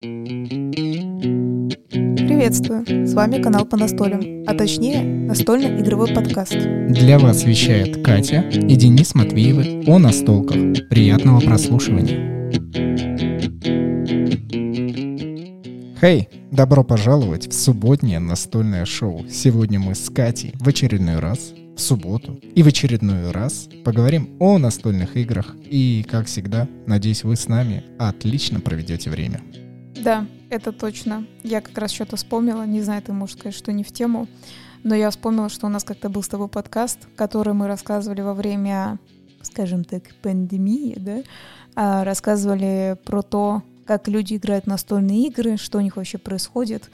Приветствую! С вами канал по настолям, а точнее настольный игровой подкаст. Для вас вещает Катя и Денис Матвеевы о настолках. Приятного прослушивания. Хей! Добро пожаловать в субботнее настольное шоу. Сегодня мы с Катей в очередной раз, в субботу, и в очередной раз поговорим о настольных играх. И, как всегда, надеюсь, вы с нами отлично проведете время. Да, это точно. Я как раз что-то вспомнила, не знаю, ты можешь сказать, что не в тему, но я вспомнила, что у нас как-то был с тобой подкаст, который мы рассказывали во время, скажем так, пандемии, да? Рассказывали про то, как люди играют в настольные игры, что у них вообще происходит,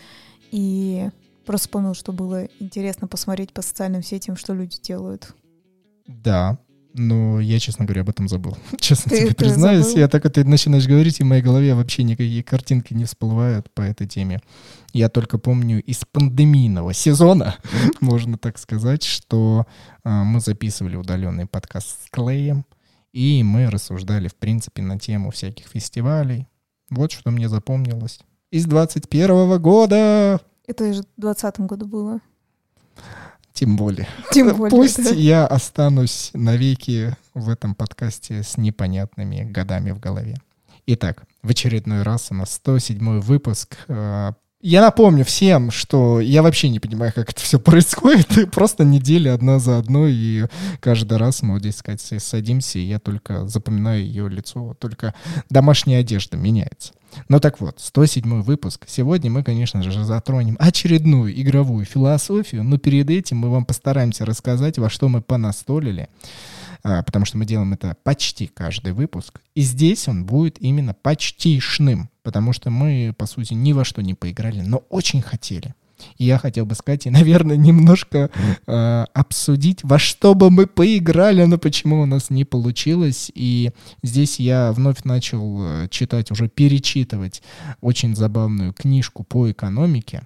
и просто вспомнила, что было интересно посмотреть по социальным сетям, что люди делают. Да, но я, честно говоря, об этом забыл. Честно тебе Ты признаюсь, забыл? я так ты начинаешь говорить, и в моей голове вообще никакие картинки не всплывают по этой теме. Я только помню из пандемийного сезона, можно так сказать, что мы записывали удаленный подкаст с Клеем, и мы рассуждали, в принципе, на тему всяких фестивалей. Вот что мне запомнилось. Из 21 года! Это же в 2020 году было. Тем более. Тем более, Пусть да. я останусь навеки в этом подкасте с непонятными годами в голове. Итак, в очередной раз у нас 107-й выпуск. Я напомню всем, что я вообще не понимаю, как это все происходит. Просто недели одна за одной, и каждый раз мы, вот здесь, сказать, садимся, и я только запоминаю ее лицо, только домашняя одежда меняется. Ну так вот, 107-й выпуск. Сегодня мы, конечно же, затронем очередную игровую философию, но перед этим мы вам постараемся рассказать, во что мы понастолили, потому что мы делаем это почти каждый выпуск. И здесь он будет именно почтишным, потому что мы, по сути, ни во что не поиграли, но очень хотели. И я хотел бы сказать, и, наверное, немножко обсудить, во что бы мы поиграли, но почему у нас не получилось. И здесь я вновь начал читать, уже перечитывать очень забавную книжку по экономике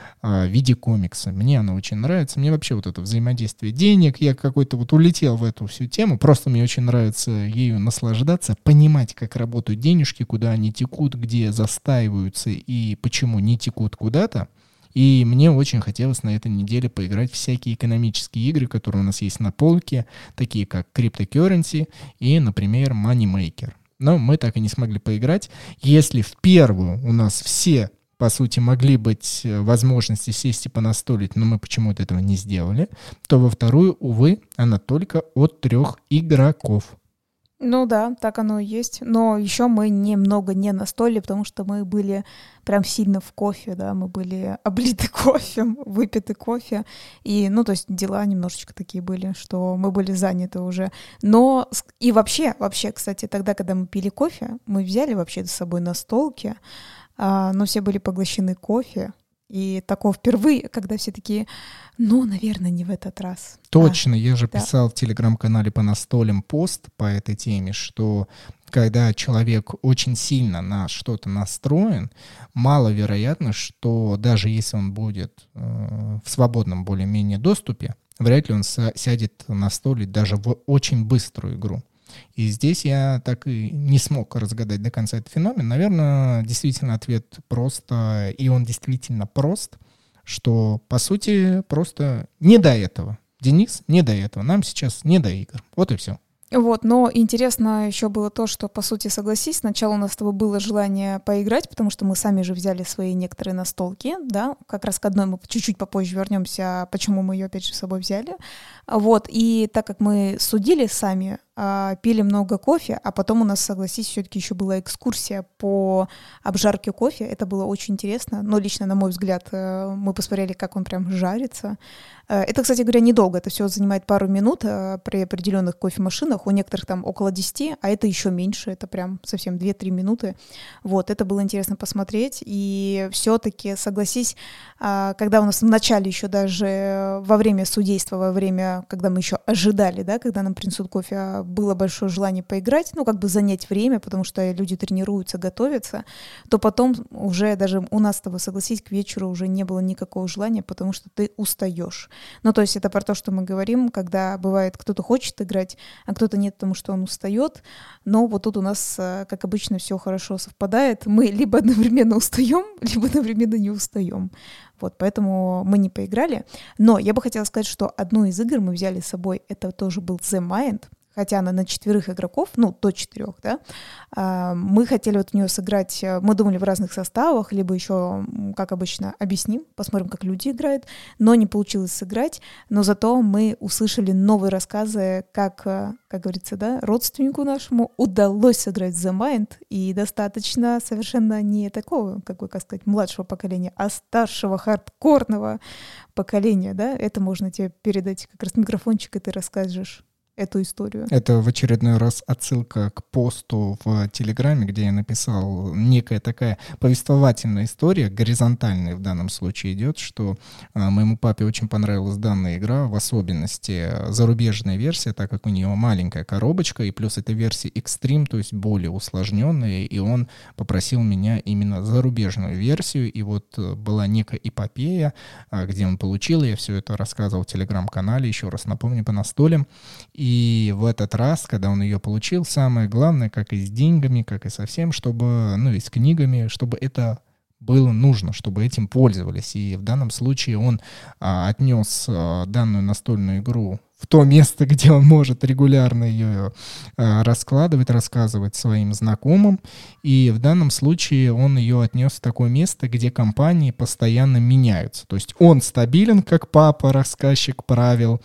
в виде комикса. Мне она очень нравится. Мне вообще вот это взаимодействие денег, я какой-то вот улетел в эту всю тему. Просто мне очень нравится ею наслаждаться, понимать, как работают денежки, куда они текут, где застаиваются и почему не текут куда-то. И мне очень хотелось на этой неделе поиграть в всякие экономические игры, которые у нас есть на полке, такие как Cryptocurrency и, например, Moneymaker. Но мы так и не смогли поиграть. Если в первую у нас все, по сути, могли быть возможности сесть и понастолить, но мы почему-то этого не сделали, то во вторую, увы, она только от 3 игроков. Ну да, так оно и есть. Но еще мы немного не настолили, потому что мы были прям сильно в кофе, да, мы были облиты кофе, выпиты кофе. И, ну, то есть дела немножечко такие были, что мы были заняты уже. Но и вообще, кстати, тогда, когда мы пили кофе, мы взяли вообще с собой настолки, но все были поглощены кофе. И такого впервые, когда все такие, ну, наверное, не в этот раз. Точно, я же да. писал в телеграм-канале по настолям пост по этой теме, что когда человек очень сильно на что-то настроен, маловероятно, что даже если он будет в свободном более-менее доступе, вряд ли он сядет настолить даже в очень быструю игру. И здесь я так и не смог разгадать до конца этот феномен. Наверное, действительно ответ просто, и он действительно прост, что, по сути, просто не до этого. Денис, не до этого. Нам сейчас не до игр. Вот и все. Вот, но интересно еще было то, что, по сути, согласись, сначала у нас с тобой было желание поиграть, потому что мы сами же взяли свои некоторые настолки, да, как раз к одной мы чуть-чуть попозже вернемся, почему мы ее опять же с собой взяли. Вот, и так как мы судили сами, пили много кофе, а потом у нас, согласись, все-таки еще была экскурсия по обжарке кофе, это было очень интересно, но лично, на мой взгляд, мы посмотрели, как он прям жарится. Это, кстати говоря, недолго, это все занимает пару минут при определенных кофемашинах, у некоторых там около 10, а это еще меньше, это прям совсем 2-3 минуты. Вот, это было интересно посмотреть, и все-таки, согласись, когда у нас в начале еще даже во время судейства, во время, когда мы еще ожидали, да, когда нам принесут кофе, было большое желание поиграть, ну, как бы занять время, потому что люди тренируются, готовятся, то потом уже даже у нас с тобой, согласись, к вечеру уже не было никакого желания, потому что ты устаешь. Ну, то есть это про то, что мы говорим, когда бывает, кто-то хочет играть, а кто-то что-то нет, потому что он устает. Но вот тут у нас, как обычно, все хорошо совпадает. Мы либо одновременно устаем, либо одновременно не устаем. Вот, поэтому мы не поиграли. Но я бы хотела сказать, что одну из игр мы взяли с собой, это тоже был The Mind, хотя она на 4 игроков, ну, до 4, да. Мы хотели вот в нее сыграть, мы думали в разных составах, либо еще, как обычно, объясним, посмотрим, как люди играют, но не получилось сыграть, но зато мы услышали новые рассказы, как говорится, да, родственнику нашему удалось сыграть The Mind, и достаточно совершенно не такого, как сказать, младшего поколения, а старшего, хардкорного поколения, да. Это можно тебе передать как раз микрофончик, и ты расскажешь эту историю. Это в очередной раз отсылка к посту в Телеграме, где я написал некая такая повествовательная история, горизонтальная в данном случае идет, что моему папе очень понравилась данная игра, в особенности зарубежная версия, так как у нее маленькая коробочка, и плюс эта версия Extreme, то есть более усложненная, и он попросил меня именно зарубежную версию, и вот была некая эпопея, где он получил, я все это рассказывал в Телеграм-канале, еще раз напомню, по настолям. И в этот раз, когда он ее получил, самое главное, как и с деньгами, как и со всем, чтобы, ну и с книгами, чтобы это было нужно, чтобы этим пользовались. И в данном случае он отнес данную настольную игру в то место, где он может регулярно ее раскладывать, рассказывать своим знакомым. И в данном случае он ее отнес в такое место, где компании постоянно меняются. То есть он стабилен, как папа, рассказчик правил,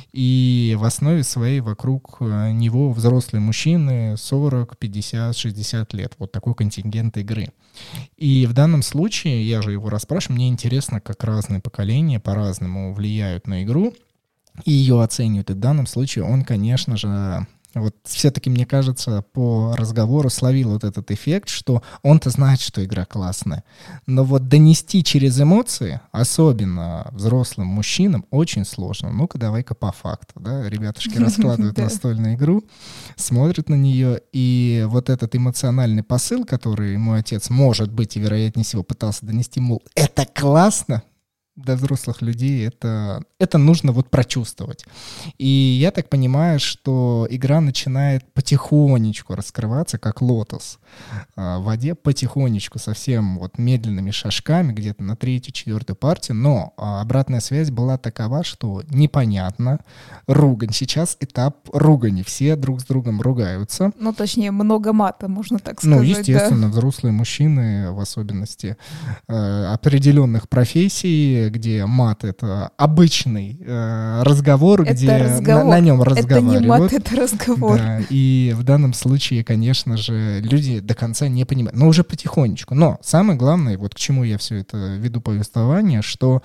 и в основе своей вокруг него взрослые мужчины 40, 50, 60 лет. Вот такой контингент игры. И в данном случае, я же его расспрашиваю, мне интересно, как разные поколения по-разному влияют на игру и ее оценивают. И в данном случае он, конечно же, вот все-таки, мне кажется, по разговору словил вот этот эффект, что он-то знает, что игра классная. Но вот донести через эмоции, особенно взрослым мужчинам, очень сложно. Ну-ка, давай-ка по факту. Да? Ребятушки раскладывают настольную игру, смотрят на нее, и вот этот эмоциональный посыл, который мой отец, может быть, и вероятнее всего пытался донести, мол, это классно, для взрослых людей это нужно вот прочувствовать. И я так понимаю, что игра начинает потихонечку раскрываться, как лотос в воде, потихонечку, совсем вот медленными шажками, где-то на 3-4 партию, но обратная связь была такова, что непонятно, ругань. Сейчас этап ругани, все друг с другом ругаются. Ну, точнее, много мата, можно так сказать. Ну, естественно, да. Взрослые мужчины, в особенности определенных профессий, где мат — это обычный разговор, это где разговор. На нем разговаривают. Это не мат, это разговор. Да, и в данном случае, конечно же, люди до конца не понимают, но уже потихонечку. Но самое главное, вот к чему я все это веду повествование, что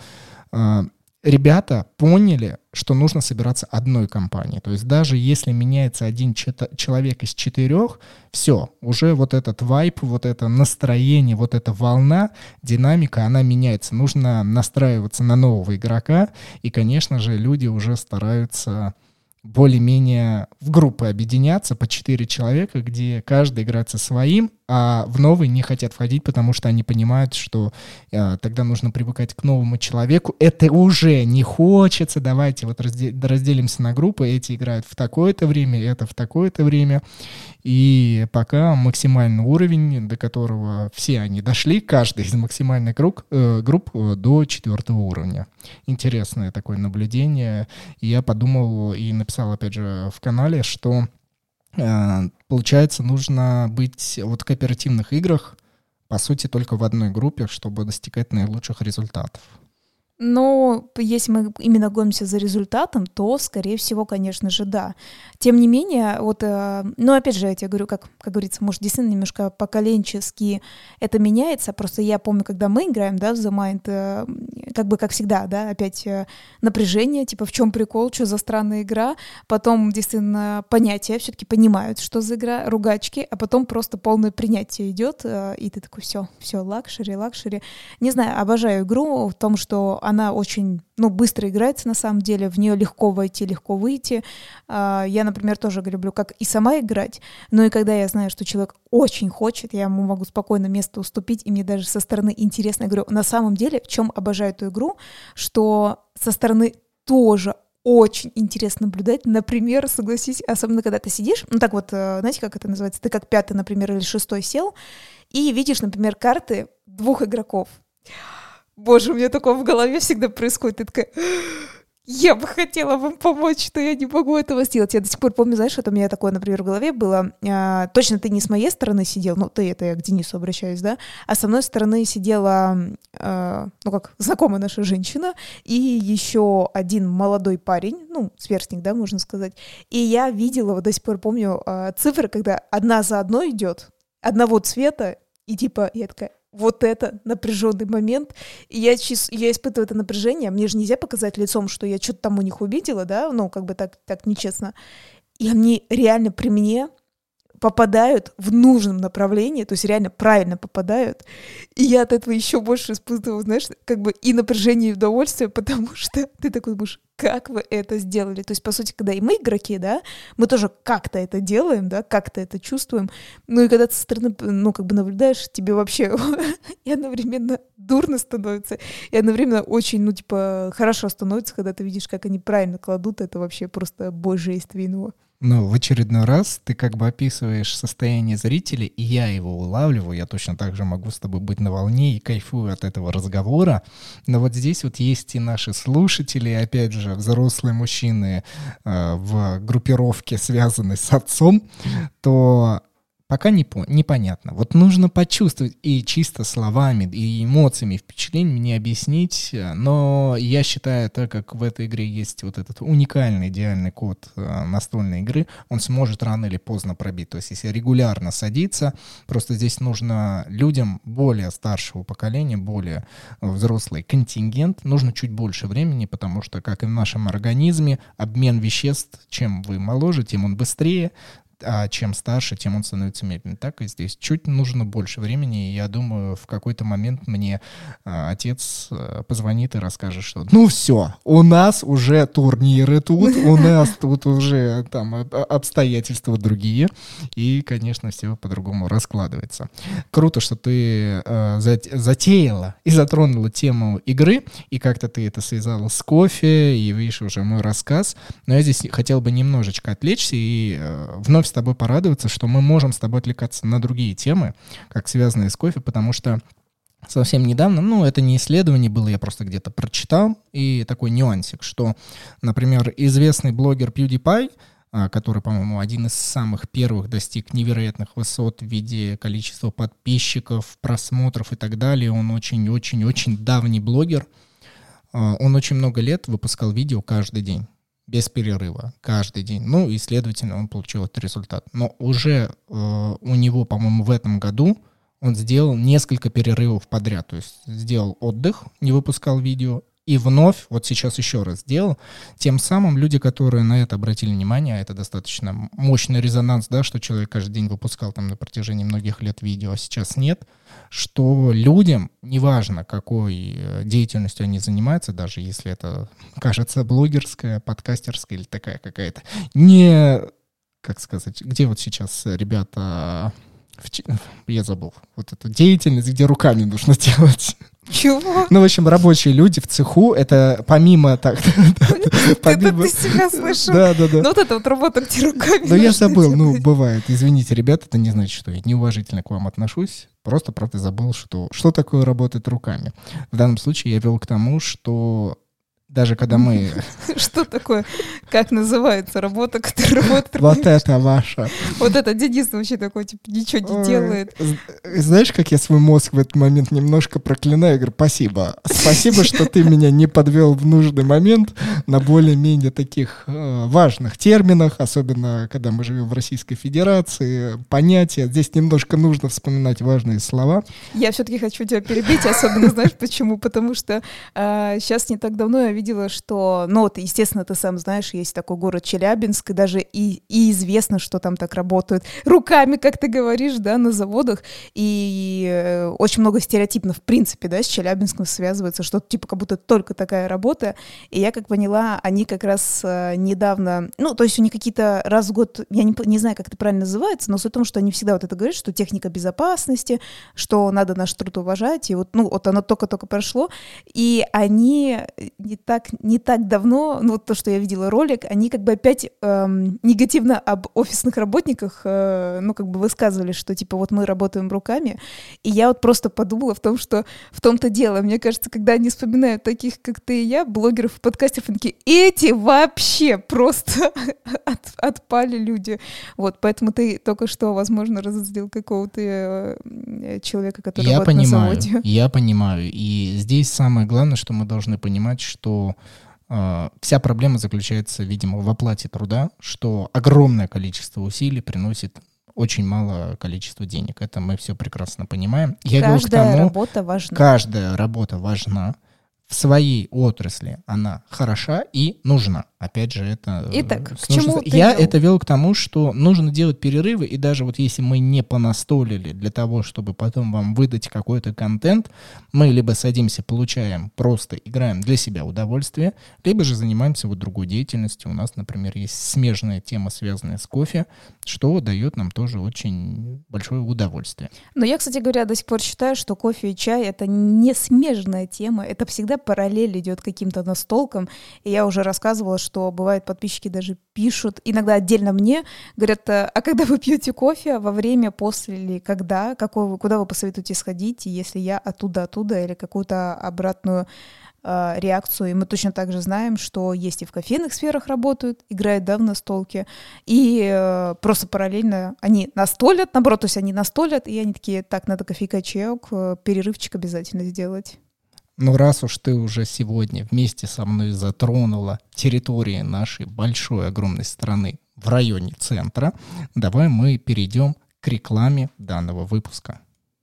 ребята поняли, что нужно собираться одной компанией. То есть даже если меняется один человек из 4, все, уже вот этот вайб, вот это настроение, вот эта волна, динамика, она меняется. Нужно настраиваться на нового игрока, и, конечно же, люди уже стараются более-менее в группы объединяться по 4 человека, где каждый играет со своим, а в новый не хотят входить, потому что они понимают, что тогда нужно привыкать к новому человеку. Это уже не хочется, давайте вот разделимся на группы, эти играют в такое-то время, это в такое-то время. И пока максимальный уровень, до которого все они дошли, каждый из максимальных групп до 4 уровня. Интересное такое наблюдение. И я подумал и написал, опять же, в канале, что получается, нужно быть вот в кооперативных играх, по сути, только в одной группе, чтобы достигать наилучших результатов. Но если мы именно гонимся за результатом, то, скорее всего, конечно же, да. Тем не менее, вот, ну, опять же, я тебе говорю, как говорится, может, действительно немножко поколенчески это меняется. Просто я помню, когда мы играем, да, в The Mind, как бы, как всегда, да, опять напряжение, типа, в чем прикол, что за странная игра. Потом, действительно, понятия все-таки понимают, что за игра, ругачки, а потом просто полное принятие идет, и ты такой, все, лакшери. Не знаю, обожаю игру в том, что она очень, быстро играется на самом деле, в нее легко войти, легко выйти. Я, например, тоже люблю как и сама играть, но и когда я знаю, что человек очень хочет, я ему могу спокойно место уступить, и мне даже со стороны интересно. Я говорю, на самом деле, в чем обожаю эту игру, что со стороны тоже очень интересно наблюдать. Например, согласись, особенно когда ты сидишь, ну так вот, знаете, как это называется, ты как 5-й, например, или 6-й сел, и видишь, например, карты 2 игроков. Боже, у меня такое в голове всегда происходит. Ты такая, я бы хотела вам помочь, но я не могу этого сделать. Я до сих пор помню, знаешь, что у меня такое, например, в голове было. Точно ты не с моей стороны сидел, ну, ты, это я к Денису обращаюсь, да, а со мной стороны сидела, ну, как знакомая наша женщина, и еще один молодой парень, ну, сверстник, да, можно сказать. И я видела, вот до сих пор помню, цифры, когда одна за одной идет, одного цвета, и типа, я такая, вот это напряженный момент. И я испытываю это напряжение. Мне же нельзя показать лицом, что я что-то там у них увидела, да, ну, как бы так нечестно. И они реально при мне попадают в нужном направлении, то есть реально правильно попадают. И я от этого еще больше испытываю, знаешь, как бы и напряжение, и удовольствие, потому что ты такой думаешь, как вы это сделали? То есть, по сути, когда и мы игроки, да, мы тоже как-то это делаем, да, как-то это чувствуем. Ну и когда ты со стороны, ну, как бы наблюдаешь, тебе вообще и одновременно дурно становится, и одновременно очень, ну, типа, хорошо становится, когда ты видишь, как они правильно кладут, это вообще просто божественного. Ну, в очередной раз ты как бы описываешь состояние зрителя, и я его улавливаю, я точно так же могу с тобой быть на волне и кайфую от этого разговора, но вот здесь вот есть и наши слушатели, опять же, взрослые мужчины в группировке, связанной с отцом, то пока непонятно. Вот нужно почувствовать и чисто словами, и эмоциями, впечатлениями не объяснить, но я считаю, так как в этой игре есть вот этот уникальный, идеальный код настольной игры, он сможет рано или поздно пробить. То есть если регулярно садиться, просто здесь нужно людям более старшего поколения, более взрослый контингент, нужно чуть больше времени, потому что, как и в нашем организме, обмен веществ, чем вы моложе, тем он быстрее, а чем старше, тем он становится медленнее. Так и здесь. Чуть нужно больше времени, и я думаю, в какой-то момент мне отец позвонит и расскажет, что ну все, у нас уже турниры тут, у нас тут уже там обстоятельства другие, и, конечно, все по-другому раскладывается. Круто, что ты затеяла и затронула тему игры, и как-то ты это связала с кофе, и видишь уже мой рассказ, но я здесь хотел бы немножечко отвлечься и вновь с тобой порадоваться, что мы можем с тобой отвлекаться на другие темы, как связанные с кофе, потому что совсем недавно, ну, это не исследование было, я просто где-то прочитал, и такой нюансик, что, например, известный блогер PewDiePie, который, по-моему, один из самых первых достиг невероятных высот в виде количества подписчиков, просмотров и так далее, он очень-очень-очень давний блогер, он очень много лет выпускал видео каждый день. Без перерыва, каждый день. Ну, и, следовательно, он получил этот результат. Но уже у него, по-моему, в этом году он сделал несколько перерывов подряд. То есть сделал отдых, не выпускал видео, и вновь, вот сейчас еще раз сделал. Тем самым люди, которые на это обратили внимание, а это достаточно мощный резонанс, да, что человек каждый день выпускал там на протяжении многих лет видео, а сейчас нет, что людям, неважно, какой деятельностью они занимаются, даже если это, кажется, блогерская, подкастерская или такая какая-то, не, как сказать, где вот сейчас ребята, я забыл, вот эту деятельность, где руками нужно делать. Чего? Ну, в общем, рабочие люди в цеху, это помимо так... Это ты себя слышал? Да. Ну, вот это вот работа, где руками. Ну, я забыл, ну, бывает. Извините, ребята, это не значит, что я неуважительно к вам отношусь. Просто, правда, забыл, что такое работать руками. В данном случае я вел к тому, что даже когда мы... Что такое? Как называется работа, которая работает? Вот это ваша. Вот это Денис вообще такой, типа, ничего не делает. Знаешь, как я свой мозг в этот момент немножко проклинаю? Я говорю, спасибо. Спасибо, что ты меня не подвел в нужный момент на более-менее таких важных терминах, особенно когда мы живем в Российской Федерации. Понятия. Здесь немножко нужно вспоминать важные слова. Я все-таки хочу тебя перебить, особенно, знаешь, почему? Потому что сейчас не так давно я видела, что, ну вот, естественно, ты сам знаешь, есть такой город Челябинск, и даже и известно, что там так работают руками, как ты говоришь, да, на заводах, и очень много стереотипно, в принципе, да, с Челябинском связывается, что типа как будто только такая работа, и я как поняла, они как раз недавно, ну, то есть у них какие-то раз в год, я не знаю, как это правильно называется, но суть в том, что они всегда вот это говорят, что техника безопасности, что надо наш труд уважать, и вот, ну, вот оно только-только прошло, и они не не так давно, ну вот то, что я видела ролик, они как бы опять негативно об офисных работниках, ну как бы высказывали, что типа вот мы работаем руками, и я вот просто подумала в том, что в том-то дело. Мне кажется, когда они вспоминают таких, как ты и я, блогеров и подкастеров, они такие, эти вообще просто отпали люди. Вот, поэтому ты только что, возможно, разозлил какого-то человека, который работает на заводе. Я понимаю. И здесь самое главное, что мы должны понимать, что вся проблема заключается, видимо, в оплате труда, что огромное количество усилий приносит очень мало количества денег. Это мы все прекрасно понимаем. Каждая работа важна. Каждая работа важна. В своей отрасли она хороша и нужна. Опять же, это... Итак, к чему ты Я это вел к тому, что нужно делать перерывы, и даже вот если мы не понастолили для того, чтобы потом вам выдать какой-то контент, мы либо садимся, получаем, просто играем для себя удовольствие, либо же занимаемся вот другой деятельностью. У нас, например, есть смежная тема, связанная с кофе, что дает нам тоже очень большое удовольствие. Но я, кстати говоря, до сих пор считаю, что кофе и чай — это не смежная тема, это всегда параллель идет к каким-то настолкам. И я уже рассказывала, что бывает, подписчики даже пишут, иногда отдельно мне, говорят, а когда вы пьете кофе, во время, после или когда, куда вы посоветуете сходить, если я оттуда, или какую-то обратную реакцию. И мы точно так же знаем, что есть и в кофейных сферах работают, играют, да, в настолки, и просто параллельно они настолят, наоборот, то есть они настолят, и они такие, так, надо кофейка, чаек, перерывчик обязательно сделать. Ну, раз уж ты уже сегодня вместе со мной затронула территории нашей большой, огромной страны в районе центра, давай мы перейдем к рекламе данного выпуска.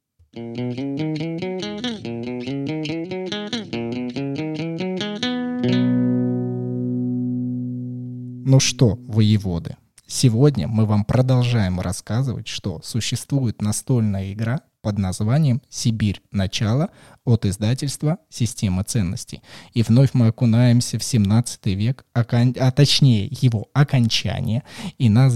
Ну что, воеводы, сегодня мы вам продолжаем рассказывать, что существует настольная игра под названием «Сибирь. Начало» от издательства «Система ценностей». И вновь мы окунаемся в 17 век, а точнее его окончание, и нас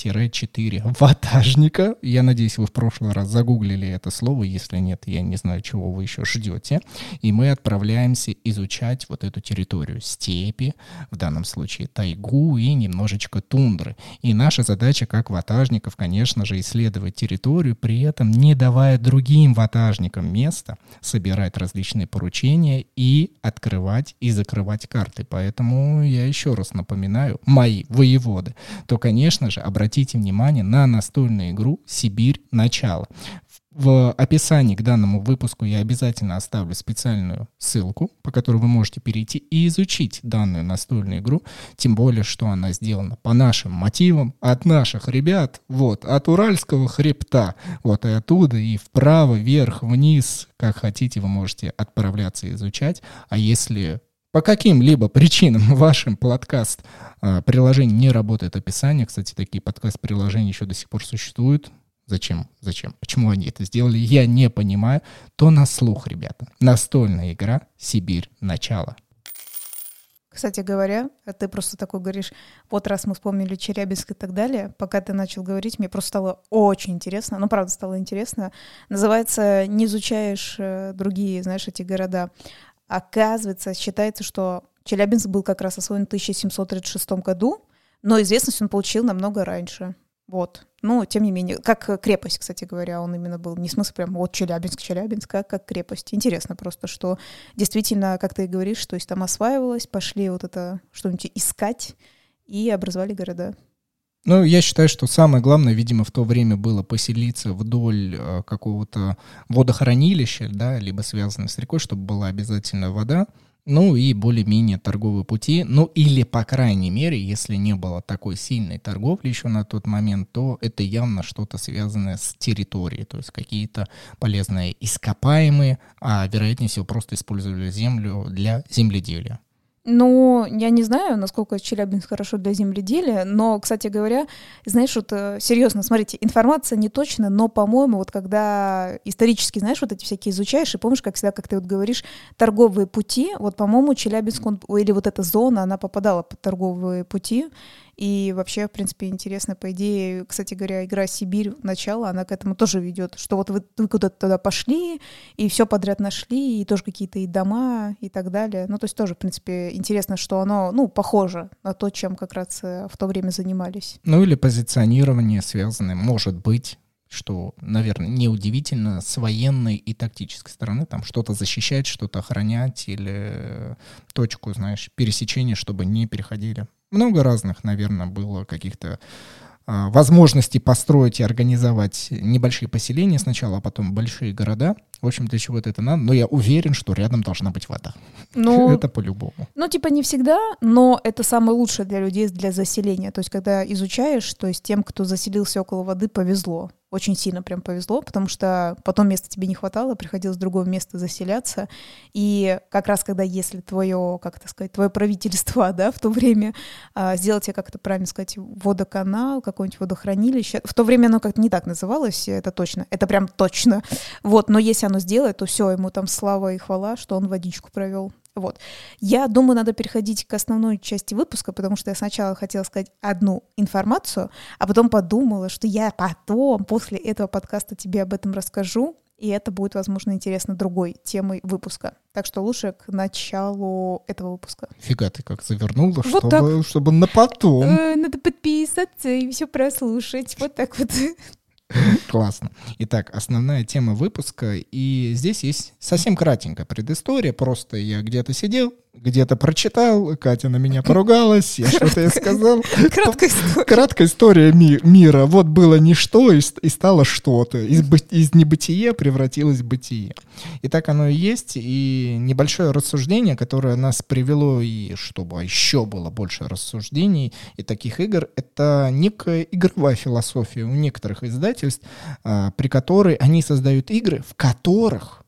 2-4 ватажника. Я надеюсь, вы в прошлый раз загуглили это слово, если нет, я не знаю, чего вы еще ждете. И мы отправляемся изучать вот эту территорию степи, в данном случае тайгу и немножечко тундры. И наша задача как ватажников, конечно же, исследовать территорию, при этом не давая другим ватажникам места собирать различные поручения и открывать и закрывать карты. Поэтому я еще раз напоминаю, мои воеводы, то, конечно же, обратите внимание на настольную игру «Сибирь. Начало». В описании к данному выпуску я обязательно оставлю специальную ссылку, по которой вы можете перейти и изучить данную настольную игру, тем более, что она сделана по нашим мотивам, от наших ребят, вот, от Уральского хребта, вот, и оттуда, и вправо, вверх, вниз, как хотите, вы можете отправляться и изучать, а если по каким-либо причинам вашим подкаст-приложение не работает описание, кстати, такие подкаст-приложения еще до сих пор существуют. Зачем? Почему они это сделали? Я не понимаю. То на слух, ребята. Настольная игра «Сибирь. Начало». Кстати говоря, ты просто такой говоришь, вот раз мы вспомнили Челябинск и так далее, пока ты начал говорить, мне просто стало очень интересно, ну, правда, стало интересно. Называется «Не изучаешь другие, знаешь, эти города». Оказывается, считается, что Челябинск был как раз освоен в 1736 году, но известность он получил намного раньше. Вот. Ну, тем не менее, как крепость, кстати говоря, он именно был. Не в смысле прям вот Челябинск, а как крепость. Интересно просто, что действительно, как ты и говоришь, то есть там осваивалось, пошли вот это что-нибудь искать и образовали города. Ну, я считаю, что самое главное, видимо, в то время было поселиться вдоль какого-то водохранилища, да, либо связанного с рекой, чтобы была обязательно вода. Ну и более-менее торговые пути, ну или, по крайней мере, если не было такой сильной торговли еще на тот момент, то это явно что-то связанное с территорией, то есть какие-то полезные ископаемые, а вероятнее всего просто использовали землю для земледелия. Ну, я не знаю, насколько Челябинск хорошо для земледелия, но, кстати говоря, знаешь, вот серьезно, смотрите, информация не точна, но, по-моему, вот когда исторически, знаешь, вот эти всякие изучаешь, и помнишь, как всегда, как ты вот говоришь, торговые пути, вот, по-моему, Челябинск, или вот эта зона, она попадала под торговые пути, И вообще, в принципе, интересно, по идее, кстати говоря, игра «Сибирь. Начало», она к этому тоже ведет, что вот вы куда-то туда пошли, и все подряд нашли, и тоже какие-то и дома, и так далее. Ну, то есть тоже, в принципе, интересно, что оно, похоже на то, чем как раз в то время занимались. Ну, или позиционирование связанное, может быть, что, наверное, неудивительно, с военной и тактической стороны, там что-то защищать, что-то охранять или точку, знаешь, пересечения, чтобы не переходили. Много разных, наверное, было каких-то возможностей построить и организовать небольшие поселения сначала, а потом большие города. В общем, для чего-то это надо. Но я уверен, что рядом должна быть вода. Это по-любому. Не всегда, но это самое лучшее для людей для заселения. То есть, когда изучаешь, то есть тем, кто заселился около воды, повезло. Очень сильно прям повезло, потому что потом места тебе не хватало, приходилось в другое место заселяться. И как раз когда, если твое правительство, да, в то время сделать, как это правильно сказать, водоканал, какое-нибудь водохранилище. В то время оно как-то не так называлось, это точно, это прям точно. Вот, но если оно сделает, то все, ему там слава и хвала, что он водичку провел. Вот. Я думаю, надо переходить к основной части выпуска, потому что я сначала хотела сказать одну информацию, а потом подумала, что я потом, после этого подкаста тебе об этом расскажу, и это будет, возможно, интересно другой темой выпуска. Так что лучше к началу этого выпуска. Фига ты как завернула, вот чтобы на потом. Надо подписаться и все прослушать. Вот так вот. Классно. Итак, основная тема выпуска, и здесь есть совсем кратенькая предыстория, просто я где-то сидел, где-то прочитал, Катя на меня поругалась, я что-то ей сказал. Краткая история мира. Вот было ничто, и стало что-то. Из небытия превратилось в бытие. И так оно и есть, и небольшое рассуждение, которое нас привело, и чтобы еще было больше рассуждений и таких игр, это некая игровая философия у некоторых издательств, при которой они создают игры, в которых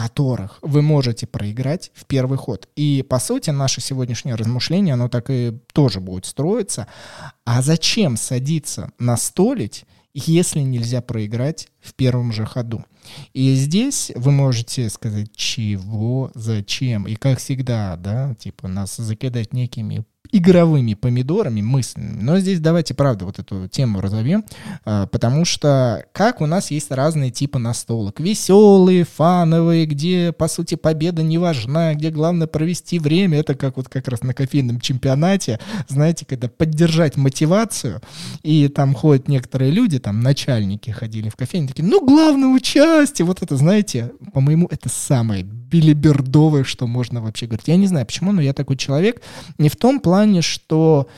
вы можете проиграть в первый ход. И, по сути, наше сегодняшнее размышление, оно так и тоже будет строиться. А зачем садиться настолить, если нельзя проиграть в первом же ходу? И здесь вы можете сказать, чего, зачем. И, как всегда, да, нас закидать некими игровыми помидорами мысленными. Но здесь давайте, правда, вот эту тему разовьем, потому что как у нас есть разные типы настолок. Веселые, фановые, где, по сути, победа не важна, где главное провести время. Это как раз на кофейном чемпионате, знаете, когда поддержать мотивацию, и там ходят некоторые люди, там начальники ходили в кофейне, такие, главное участие. Вот это, знаете, по-моему, это самое билибердовое, что можно вообще говорить. Я не знаю почему, но я такой человек. Не в том плане, что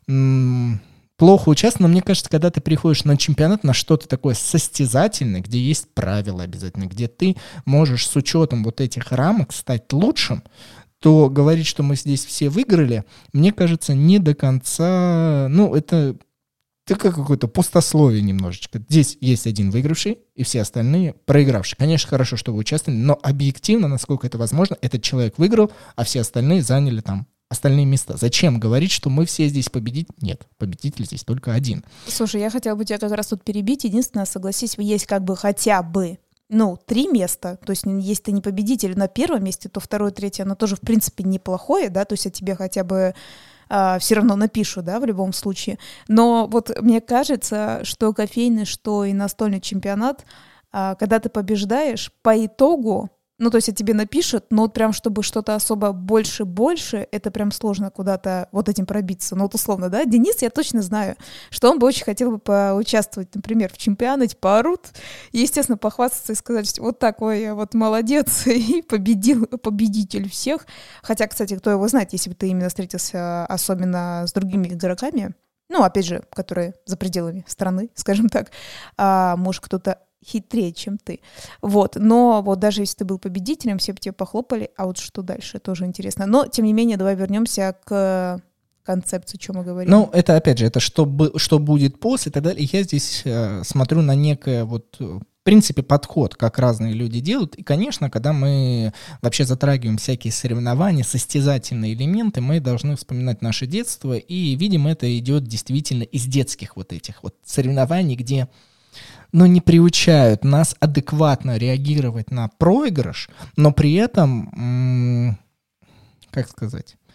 плохо участвовать, но мне кажется, когда ты приходишь на чемпионат, на что-то такое состязательное, где есть правила обязательно, где ты можешь с учетом вот этих рамок стать лучшим, то говорить, что мы здесь все выиграли, мне кажется, не до конца, это какое-то пустословие немножечко. Здесь есть один выигравший, и все остальные проигравшие. Конечно, хорошо, что вы участвовали, но объективно, насколько это возможно, этот человек выиграл, а все остальные заняли там остальные места. Зачем говорить, что мы все здесь победители? Нет, победитель здесь только один. Слушай, я хотела бы тебя как раз тут перебить. Единственное, согласись, есть хотя бы 3 места, то есть если ты не победитель на первом месте, то второе, третье, оно тоже, в принципе, неплохое, да, то есть о тебе хотя бы все равно напишут, да, в любом случае. Но вот мне кажется, что кофейный, что и настольный чемпионат, когда ты побеждаешь, по итогу, то есть о тебе напишут, но вот прям чтобы что-то особо больше, это прям сложно куда-то вот этим пробиться. Условно, да, Денис, я точно знаю, что он бы очень хотел бы поучаствовать, например, в чемпионате, поорут, и, естественно, похвастаться и сказать, вот такой я вот молодец, и победитель всех. Хотя, кстати, кто его знает, если бы ты именно встретился особенно с другими игроками, опять же, которые за пределами страны, скажем так, может, кто-то хитрее, чем ты. Вот. Но вот даже если ты был победителем, все бы тебе похлопали, а вот что дальше, тоже интересно. Но, тем не менее, давай вернемся к концепции, о чем мы говорим. Это, опять же, это что будет после и так далее. И я здесь смотрю на некое в принципе, подход, как разные люди делают. И, конечно, когда мы вообще затрагиваем всякие соревнования, состязательные элементы, мы должны вспоминать наше детство. И, видимо, это идет действительно из детских этих соревнований, где не приучают нас адекватно реагировать на проигрыш, но при этом,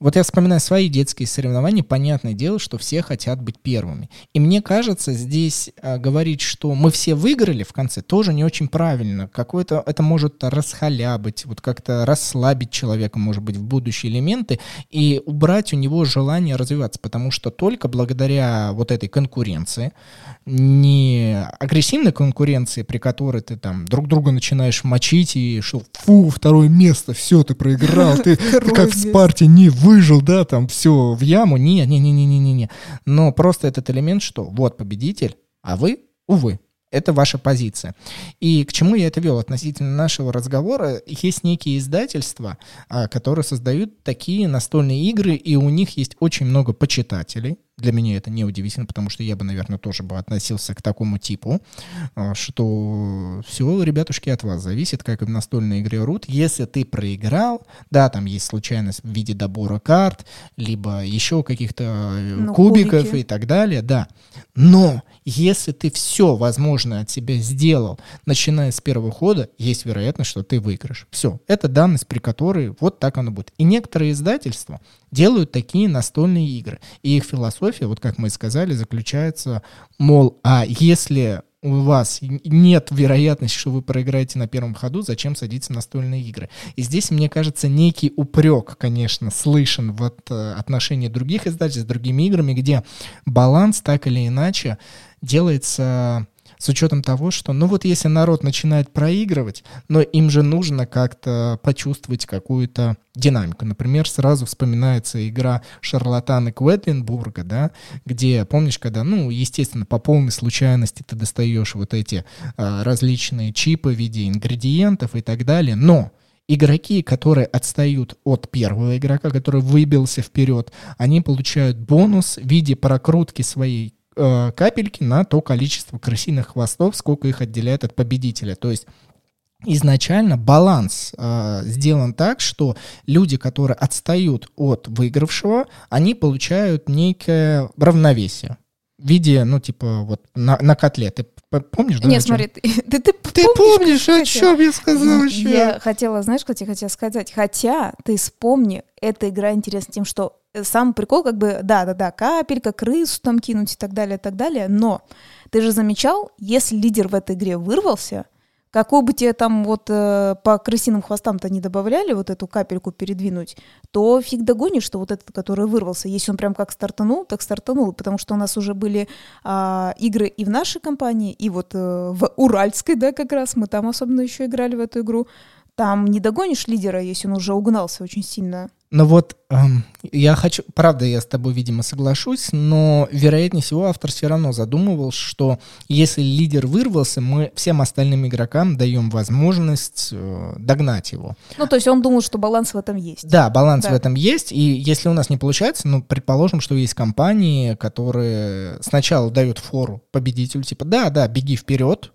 Вот я вспоминаю свои детские соревнования, понятное дело, что все хотят быть первыми. И мне кажется, здесь говорить, что мы все выиграли в конце, тоже не очень правильно. Какое-то это может расхалябать, вот как-то расслабить человека, может быть, в будущие элементы и убрать у него желание развиваться, потому что только благодаря вот этой конкуренции, не агрессивной конкуренции, при которой ты там друг друга начинаешь мочить и что, фу, второе место, все, ты проиграл, ты как в Спарте не выжил, да, там все в яму, не. Но просто этот элемент, что вот победитель, а вы, увы. Это ваша позиция. И к чему я это вел? Относительно нашего разговора есть некие издательства, которые создают такие настольные игры, и у них есть очень много почитателей. Для меня это не удивительно, потому что я бы, наверное, тоже бы относился к такому типу, что все, ребятушки, от вас зависит, как и в настольной игре Root. Если ты проиграл, да, там есть случайность в виде добора карт, либо еще каких-то кубиков кубики и так далее, да. Но если ты все возможное от себя сделал, начиная с первого хода, есть вероятность, что ты выиграешь. Все, это данность, при которой вот так оно будет. И некоторые издательства делают такие настольные игры. И их философия, вот как мы и сказали, заключается, мол, а если у вас нет вероятности, что вы проиграете на первом ходу, зачем садиться в настольные игры? И здесь, мне кажется, некий упрек, конечно, слышен в отношении других издательств с другими играми, где баланс так или иначе делается с учетом того, что, ну вот если народ начинает проигрывать, но им же нужно как-то почувствовать какую-то динамику. Например, сразу вспоминается игра «Шарлатаны Кведлинбурга», да, где, помнишь, когда, ну, естественно, по полной случайности ты достаешь вот эти различные чипы в виде ингредиентов и так далее, но игроки, которые отстают от первого игрока, который выбился вперед, они получают бонус в виде прокрутки своей капельки на то количество крысиных хвостов, сколько их отделяет от победителя. То есть изначально баланс сделан так, что люди, которые отстают от выигравшего, они получают некое равновесие в виде, ну, типа, вот на котле. Ты помнишь, да? Нет, смотри, ты помнишь, о чем я сказал еще? Я хотела, знаешь, что я хотела сказать? Хотя, ты вспомни, эта игра интересна тем, что сам прикол, как бы, да, капелька, крысу там кинуть и так далее, но ты же замечал, если лидер в этой игре вырвался, какой бы тебе там вот по крысиным хвостам-то не добавляли вот эту капельку передвинуть, то фиг догонишь, что вот этот, который вырвался, если он прям как стартанул, так стартанул, потому что у нас уже были игры и в нашей компании, и вот в Уральской, да, как раз, мы там особенно еще играли в эту игру, там не догонишь лидера, если он уже угнался очень сильно. Но вот я хочу, правда, я с тобой, видимо, соглашусь, но, вероятнее всего, автор все равно задумывал, что если лидер вырвался, мы всем остальным игрокам даем возможность догнать его. Ну, то есть он думал, что баланс в этом есть. Да, баланс в этом есть, и если у нас не получается, ну, предположим, что есть компании, которые сначала дают фору победителю, типа, да, беги вперед,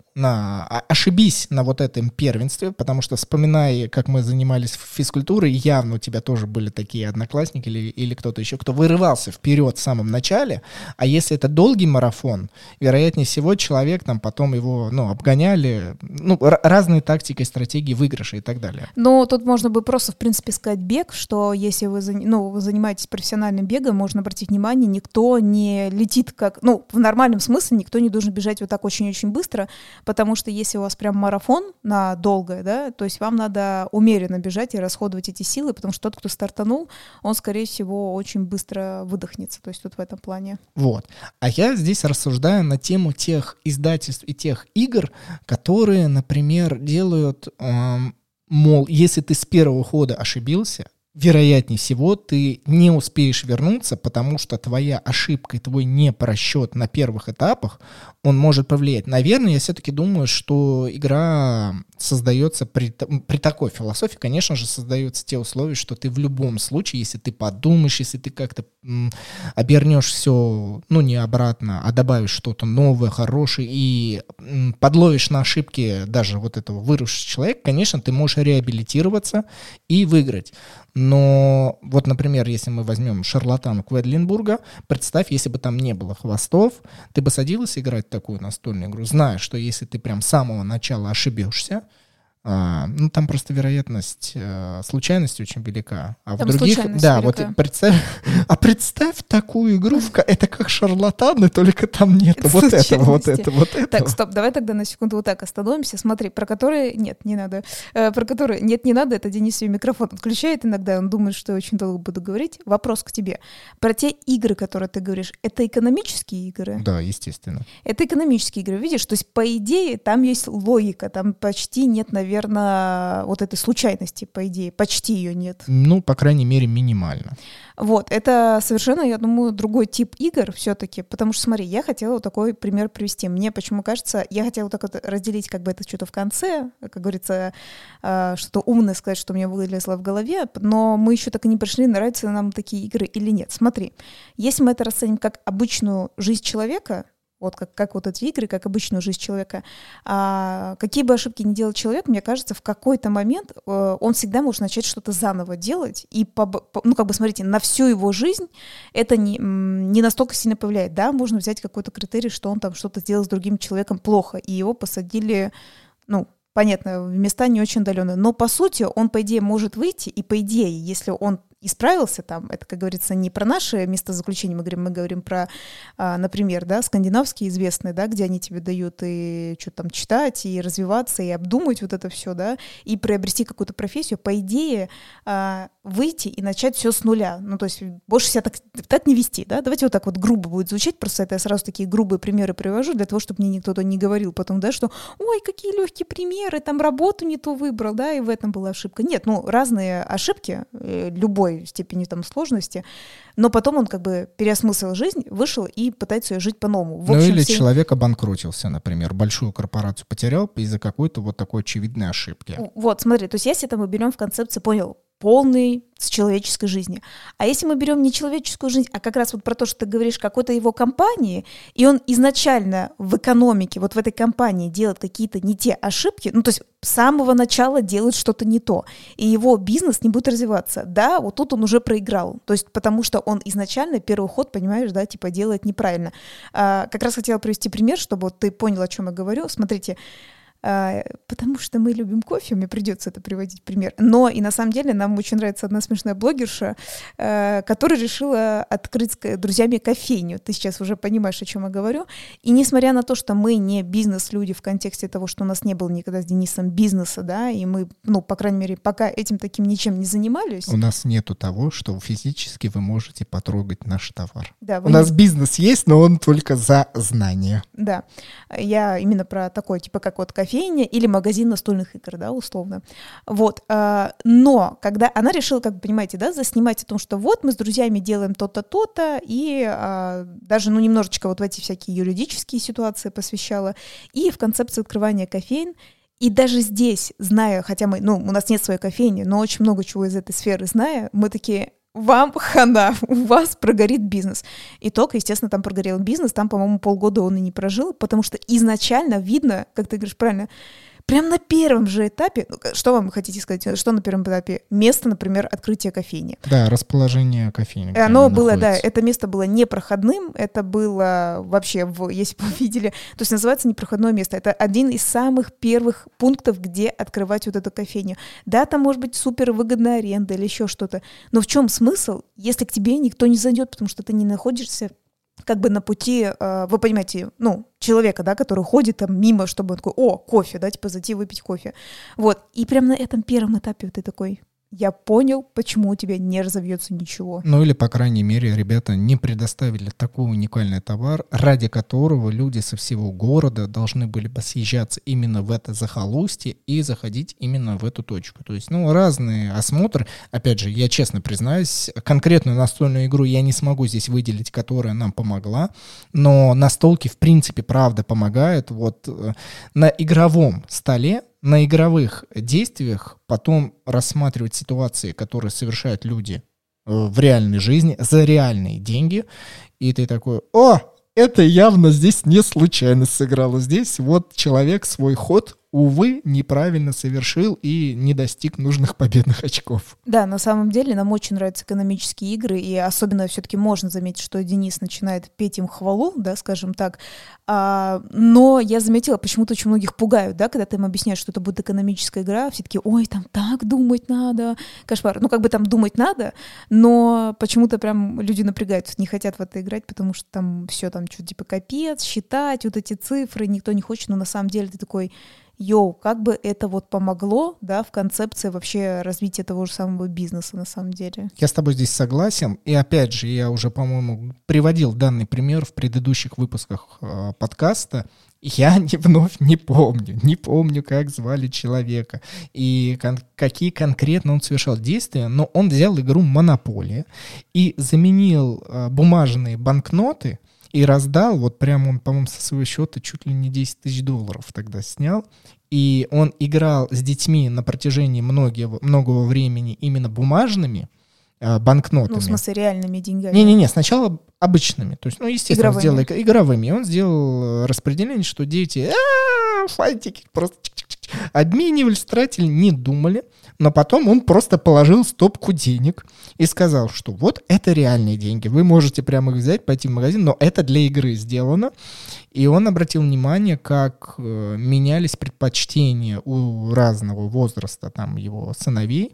ошибись на вот этом первенстве, потому что, вспоминая, как мы занимались физкультурой, явно у тебя тоже были такие одноклассники или кто-то еще, кто вырывался вперед в самом начале, а если это долгий марафон, вероятнее всего человек там потом его, ну, обгоняли, ну, разные тактики, стратегии выигрыша и так далее. Но тут можно бы просто, в принципе, сказать бег, что если вы занимаетесь профессиональным бегом, можно обратить внимание, никто не летит как, ну, в нормальном смысле никто не должен бежать вот так очень-очень быстро, потому что если у вас прям марафон на долгое, да, то есть вам надо умеренно бежать и расходовать эти силы, потому что тот, кто стартанул, он, скорее всего, очень быстро выдохнется, то есть тут в этом плане. Вот. А я здесь рассуждаю на тему тех издательств и тех игр, которые, например, делают, мол, если ты с первого хода ошибился, вероятнее всего, ты не успеешь вернуться, потому что твоя ошибка и твой непросчет на первых этапах, он может повлиять. Наверное, я все-таки думаю, что игра создается при такой философии, конечно же, создаются те условия, что ты в любом случае, если ты подумаешь, если ты как-то обернешь все, ну, не обратно, а добавишь что-то новое, хорошее и подловишь на ошибки даже вот этого выросшего человека, конечно, ты можешь реабилитироваться и выиграть. Но вот, например, если мы возьмем «Шарлатан» Кведлинбурга, представь, если бы там не было хвостов, ты бы садилась играть в такую настольную игру, зная, что если ты прям с самого начала ошибешься, Ну, там просто вероятность случайности очень велика. А Там в других, да, велика. вот представь такую игру, это как шарлатаны, только там нет вот этого. Так, стоп, давай тогда на секунду вот так остановимся. Смотри, про которые... Нет, не надо. Про которые... Нет, не надо, это Денис себе микрофон отключает иногда, он думает, что я очень долго буду говорить. Вопрос к тебе. Про те игры, которые ты говоришь, это экономические игры? Да, естественно. Это экономические игры, видишь? То есть, по идее, там есть логика, там почти нет, наверное, вот этой случайности, по идее. Почти ее нет. Ну, по крайней мере, минимально. Вот, это совершенно, я думаю, другой тип игр все-таки, потому что, смотри, я хотела вот такой пример привести. Мне почему кажется, я хотела так вот разделить как бы это что-то в конце, как говорится, что-то умное сказать, что мне вылезло в голове, но мы еще так и не пришли, нравятся нам такие игры или нет. Смотри, если мы это расценим как обычную жизнь человека, вот как вот эти игры, как обычную жизнь человека. Какие бы ошибки ни делал человек, мне кажется, в какой-то момент он всегда может начать что-то заново делать. И, ну, как бы, смотрите, на всю его жизнь это не настолько сильно повлияет. Да, можно взять какой-то критерий, что он там что-то сделал с другим человеком плохо, и его посадили, ну, понятно, в места не очень отдаленные. Но, по сути, он, по идее, может выйти, и, по идее, если он исправился там, это, как говорится, не про наше место заключения, мы говорим про, например, да, скандинавские известные, да, где они тебе дают и что-то там читать, и развиваться, и обдумать вот это все, да, и приобрести какую-то профессию, по идее, выйти и начать все с нуля. Ну, то есть больше себя так не вести, да, давайте вот так вот грубо будет звучать, просто это я сразу такие грубые примеры привожу для того, чтобы мне никто не говорил потом, да, что, ой, какие легкие примеры, там работу не ту выбрал, да, и в этом была ошибка. Нет, ну, разные ошибки, любой степени там сложности, но потом он как бы переосмыслил жизнь, вышел и пытается ее жить по-новому. Ну или человек обанкротился, например, большую корпорацию потерял из-за какой-то вот такой очевидной ошибки. Вот, смотри, то есть если это мы берем в концепции, понял, полный с человеческой жизни. А если мы берем не человеческую жизнь, а как раз вот про то, что ты говоришь, какой-то его компании, и он изначально в экономике, вот в этой компании делает какие-то не те ошибки, ну то есть с самого начала делает что-то не то, и его бизнес не будет развиваться. Да, вот тут он уже проиграл, то есть потому что он изначально первый ход, понимаешь, да, типа делает неправильно. Как раз хотела привести пример, чтобы вот ты понял, о чем я говорю. Смотрите, потому что мы любим кофе, мне придется это приводить в пример. Но и на самом деле нам очень нравится одна смешная блогерша, которая решила открыть с друзьями кофейню. Ты сейчас уже понимаешь, о чем я говорю. И несмотря на то, что мы не бизнес-люди в контексте того, что у нас не было никогда с Денисом бизнеса, да, и мы, ну, по крайней мере, пока этим таким ничем не занимались. У нас нету того, что физически вы можете потрогать наш товар. Да, у нас бизнес есть, но он только за знания. Да, я именно про такой, типа как вот кофейня или магазин настольных игр, да, условно. Вот. Но когда она решила, как вы понимаете, да, заснимать о том, что вот мы с друзьями делаем то-то, то-то, и даже, ну, немножечко вот в эти всякие юридические ситуации посвящала, и в концепции открывания кофеин. И даже здесь, зная, хотя мы, ну, у нас нет своей кофейни, но очень много чего из этой сферы зная, мы такие... Вам хана, у вас прогорит бизнес. И только, естественно, там прогорел бизнес, там, по-моему, полгода он и не прожил, потому что изначально видно, как ты говоришь правильно, прям на первом же этапе, что вам хотите сказать, что на первом этапе? Место, например, открытия кофейни. Да, расположение кофейни. Оно было, находится. Да, это место было непроходным, это было вообще, если бы вы видели, то есть называется непроходное место. Это один из самых первых пунктов, где открывать вот эту кофейню. Да, там может быть супер выгодная аренда или еще что-то, но в чем смысл, если к тебе никто не зайдет, потому что ты не находишься как бы на пути, вы понимаете, ну, человека, да, который ходит там мимо, чтобы он такой, о, кофе, да, типа зайти выпить кофе. Вот, и прям на этом первом этапе ты такой, я понял, почему у тебя не разовьется ничего. Ну или, по крайней мере, ребята не предоставили такой уникальный товар, ради которого люди со всего города должны были бы съезжаться именно в это захолустье и заходить именно в эту точку. То есть, ну, разные осмотры. Опять же, я честно признаюсь, конкретную настольную игру я не смогу здесь выделить, которая нам помогла, но настолки, в принципе, правда помогают. Вот на игровом столе, на игровых действиях потом рассматривать ситуации, которые совершают люди в реальной жизни за реальные деньги, и ты такой, о, это явно здесь не случайно сыграло, здесь вот человек свой ход увы, неправильно совершил и не достиг нужных победных очков. Да, на самом деле нам очень нравятся экономические игры, и особенно все-таки можно заметить, что Денис начинает петь им хвалу, да, скажем так. Но я заметила, почему-то очень многих пугают, да, когда ты им объясняешь, что это будет экономическая игра, все таки ой, там так думать надо, кошмар. Ну, как бы там думать надо, но почему-то прям люди напрягаются, не хотят в это играть, потому что там все там что-то типа капец, считать, вот эти цифры, никто не хочет, но на самом деле ты такой... Йоу, как бы это вот помогло, да, в концепции вообще развития того же самого бизнеса на самом деле. Я с тобой здесь согласен. И опять же, я уже, по-моему, приводил данный пример в предыдущих выпусках подкаста. Я вновь не помню, как звали человека и какие конкретно он совершал действия, но он взял игру «Монополия» и заменил бумажные банкноты и раздал, вот прямо он, по-моему, со своего счета чуть ли не $10 тысяч тогда снял. И он играл с детьми на протяжении многого времени именно бумажными банкнотами. Ну, в смысле, реальными деньгами. Не-не-не, сначала обычными. То есть, ну, естественно, игровыми. сделал игровыми. Он сделал распределение, что дети фантики просто обменивались, тратили, не думали. Но потом он просто положил стопку денег и сказал, что вот это реальные деньги. Вы можете прямо их взять, пойти в магазин, но это для игры сделано. И он обратил внимание, как менялись предпочтения у разного возраста там, его сыновей.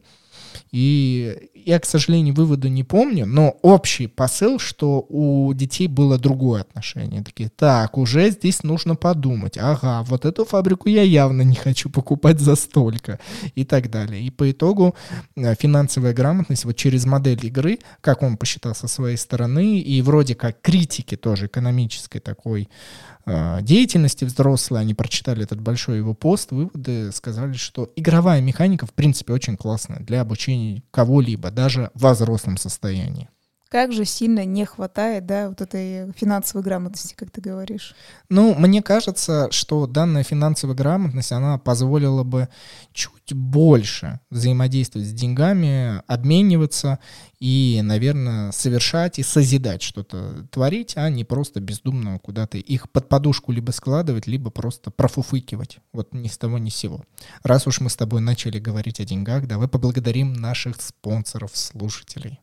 И я, к сожалению, вывода не помню, но общий посыл, что у детей было другое отношение. Такие, так, уже здесь нужно подумать. Ага, вот эту фабрику я явно не хочу покупать за столько. И так далее. И по итогу финансовая грамотность вот через модель игры, как он посчитал со своей стороны, и вроде как критики тоже экономической такой деятельности взрослой, они прочитали этот большой его пост, выводы сказали, что игровая механика в принципе очень классная для обучения кого-либо, даже во взрослом состоянии. Как же сильно не хватает, да, вот этой финансовой грамотности, как ты говоришь. Ну, мне кажется, что данная финансовая грамотность, она позволила бы чуть больше взаимодействовать с деньгами, обмениваться и, наверное, совершать и созидать что-то, творить, а не просто бездумно куда-то их под подушку либо складывать, либо просто профуфыкивать. Вот ни с того, ни с сего. Раз уж мы с тобой начали говорить о деньгах, давай поблагодарим наших спонсоров, слушателей.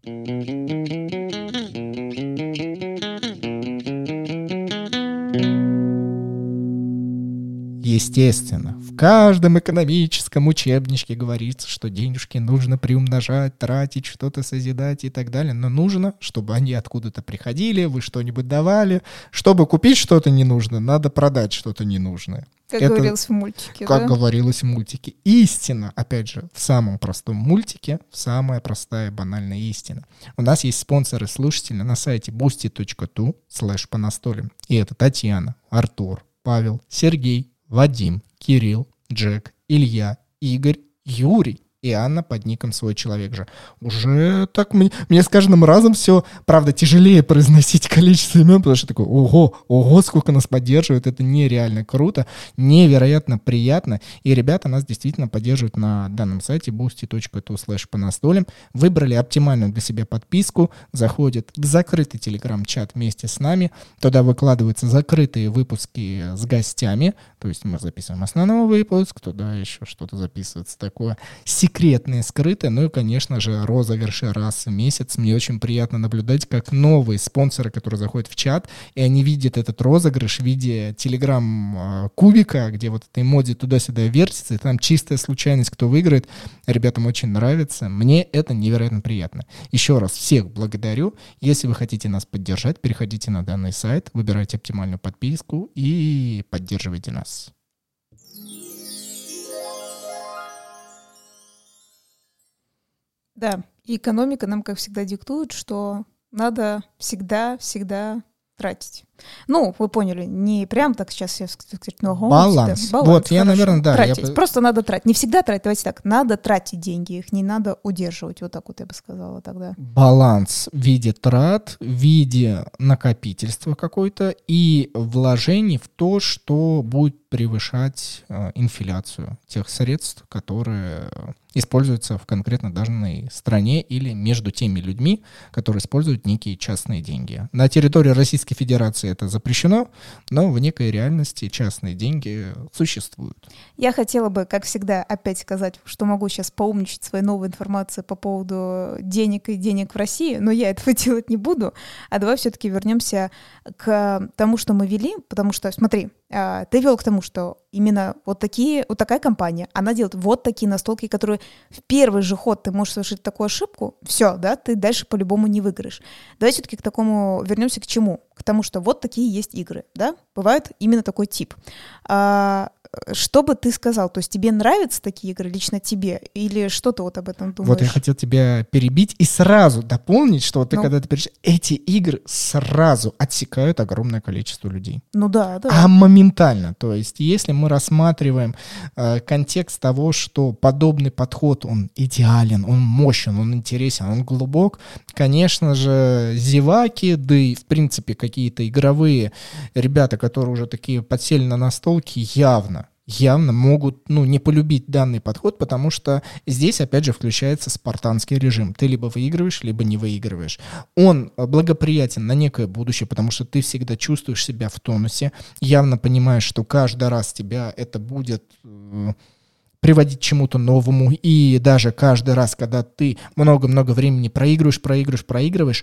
Естественно, в каждом экономическом учебничке говорится, что денежки нужно приумножать, тратить, что-то созидать и так далее. Но нужно, чтобы они откуда-то приходили, вы что-нибудь давали. Чтобы купить что-то ненужное, надо продать что-то ненужное. Как говорилось в мультике, как говорилось в мультике. Истина, опять же, в самом простом мультике, самая простая банальная истина. У нас есть спонсоры-слушатели на сайте boosty.tu/понастолим. И это Татьяна, Артур, Павел, Сергей, Вадим, Кирилл, Джек, Илья, Игорь, Юрий и Анна под ником «Свой человек же». Уже так мне с каждым разом все, правда, тяжелее произносить количество имен, потому что такой, ого, сколько нас поддерживают, это нереально круто, невероятно приятно, и ребята нас действительно поддерживают на данном сайте boosty.tu/понастолим, выбрали оптимальную для себя подписку, заходят в закрытый телеграм-чат вместе с нами, туда выкладываются закрытые выпуски с гостями, то есть мы записываем основной выпуск, туда еще что-то записывается такое секретное, скрытое, ну и, конечно же, розыгрыши раз в месяц. Мне очень приятно наблюдать, как новые спонсоры, которые заходят в чат, и они видят этот розыгрыш в виде телеграм-кубика, где вот эта эмодзи туда-сюда вертится, и там чистая случайность, кто выиграет. Ребятам очень нравится. Мне это невероятно приятно. Еще раз всех благодарю. Если вы хотите нас поддержать, переходите на данный сайт, выбирайте оптимальную подписку и поддерживайте нас. Да, и экономика нам, как всегда, диктует, что надо всегда тратить. Ну, вы поняли, не прям так сейчас я сказать, но баланс. Вот, я, наверное, да. Тратить. Просто надо тратить. Не всегда тратить, давайте так, надо тратить деньги, их не надо удерживать. Вот так вот я бы сказала тогда. Баланс в виде трат, в виде накопительства какой-то и вложений в то, что будет превышать инфляцию тех средств, которые используются в конкретно данной стране или между теми людьми, которые используют некие частные деньги. На территории Российской Федерации это запрещено, но в некой реальности частные деньги существуют. Я хотела бы, как всегда, опять сказать, что могу сейчас поумничать своей новой информацией по поводу денег и денег в России, но я этого делать не буду. А давай все-таки вернемся к тому, что мы вели, потому что, смотри, ты вел к тому, что именно вот такая компания, она делает вот такие настолки, которые в первый же ход ты можешь совершить такую ошибку, все, да, ты дальше по-любому не выиграешь. Давай все-таки к такому вернемся к чему? К тому, что вот такие есть игры, да, бывает именно такой тип. Что бы ты сказал? То есть тебе нравятся такие игры, лично тебе? Или что ты вот об этом думаешь? Вот я хотел тебя перебить и сразу дополнить, что вот ты когда-то эти игры сразу отсекают огромное количество людей. Ну да. А моментально. То есть если мы рассматриваем контекст того, что подобный подход, он идеален, он мощен, он интересен, он глубок, конечно же, зеваки, да и в принципе какие-то игровые ребята, которые уже такие подсели на настолки, явно могут, не полюбить данный подход, потому что здесь, опять же, включается спартанский режим. Ты либо выигрываешь, либо не выигрываешь. Он благоприятен на некое будущее, потому что ты всегда чувствуешь себя в тонусе, явно понимаешь, что каждый раз тебя это будет приводить к чему-то новому, и даже каждый раз, когда ты много-много времени проигрываешь,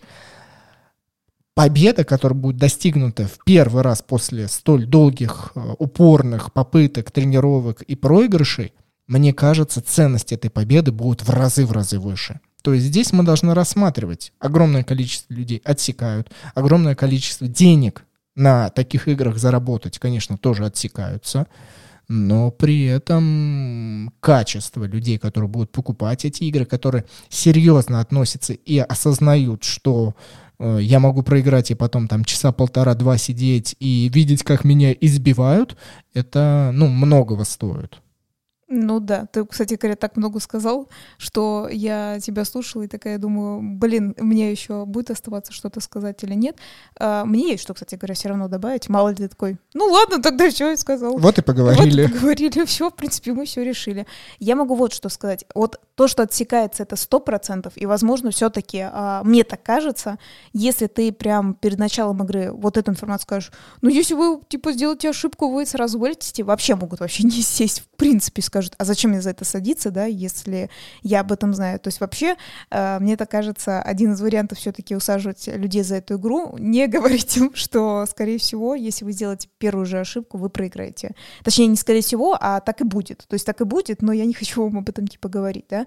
победа, которая будет достигнута в первый раз после столь долгих, упорных попыток, тренировок и проигрышей, мне кажется, ценность этой победы будет в разы выше. То есть здесь мы должны рассматривать: огромное количество людей отсекают, огромное количество денег на таких играх заработать, конечно, тоже отсекаются, но при этом качество людей, которые будут покупать эти игры, которые серьезно относятся и осознают, что я могу проиграть и потом там часа полтора-два сидеть и видеть, как меня избивают, это, многого стоит. Ну да, ты, кстати говоря, так много сказал, что я тебя слушала и такая думаю, мне еще будет оставаться что-то сказать или нет. Мне есть что, кстати говоря, все равно добавить. Мало ли ты такой, ладно, тогда все, я сказал. Вот и поговорили. Все, в принципе, мы все решили. Я могу вот что сказать. Вот то, что отсекается, это 100%, и, возможно, все-таки, мне так кажется, если ты прям перед началом игры вот эту информацию скажешь, если вы, сделаете ошибку, вы сразу вылетите, могут не сесть, в принципе, скажут, а зачем мне за это садиться, да, если я об этом знаю. То есть вообще, мне так кажется, один из вариантов все-таки усаживать людей за эту игру, не говорить им, что, скорее всего, если вы сделаете первую же ошибку, вы проиграете. Точнее, не скорее всего, а так и будет. То есть так и будет, но я не хочу вам об этом говорить, да.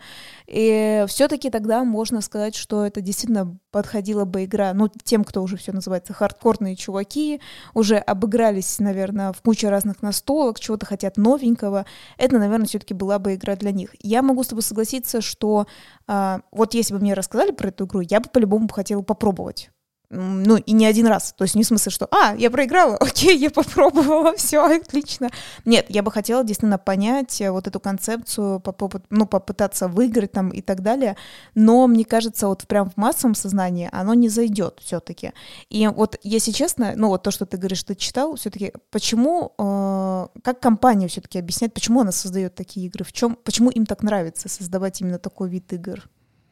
И все-таки тогда можно сказать, что это действительно подходила бы игра, тем, кто уже все называется хардкорные чуваки, уже обыгрались, наверное, в куче разных настолок, чего-то хотят новенького. Это, наверное, все-таки была бы игра для них. Я могу с тобой согласиться, что вот если бы мне рассказали про эту игру, я бы по-любому хотела попробовать. И не один раз. То есть не в смысле, что я проиграла, окей, я попробовала, все, отлично. Нет, я бы хотела действительно понять вот эту концепцию, попытаться выиграть там и так далее, но мне кажется, вот прям в массовом сознании оно не зайдет все-таки. И вот, если честно, вот то, что ты говоришь, ты читал, все-таки почему, как компания все-таки объясняет, почему она создает такие игры, почему им так нравится создавать именно такой вид игр?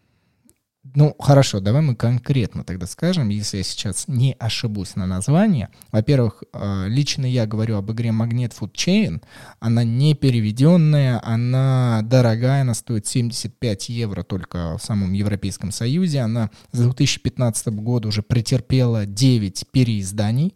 Хорошо, давай мы конкретно тогда скажем, если я сейчас не ошибусь на название. Во-первых, лично я говорю об игре Magnet Food Chain. Она не переведенная, она дорогая, она стоит 75 евро только в самом Европейском Союзе. Она с 2015 года уже претерпела 9 переизданий.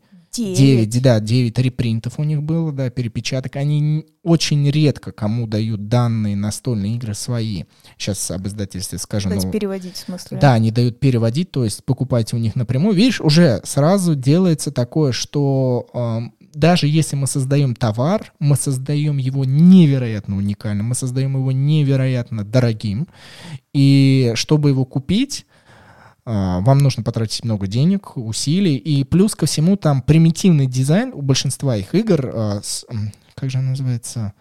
9 репринтов у них было, да, перепечаток. Они очень редко кому дают данные настольные игры свои. Сейчас об издательстве скажем. То есть переводить, в смысле? Да, они дают переводить, то есть покупайте у них напрямую. Видишь, уже сразу делается такое, что даже если мы создаем товар, мы создаем его невероятно уникальным, мы создаем его невероятно дорогим. И чтобы его купить, вам нужно потратить много денег, усилий, и плюс ко всему там примитивный дизайн у большинства их игр, как же оно называется?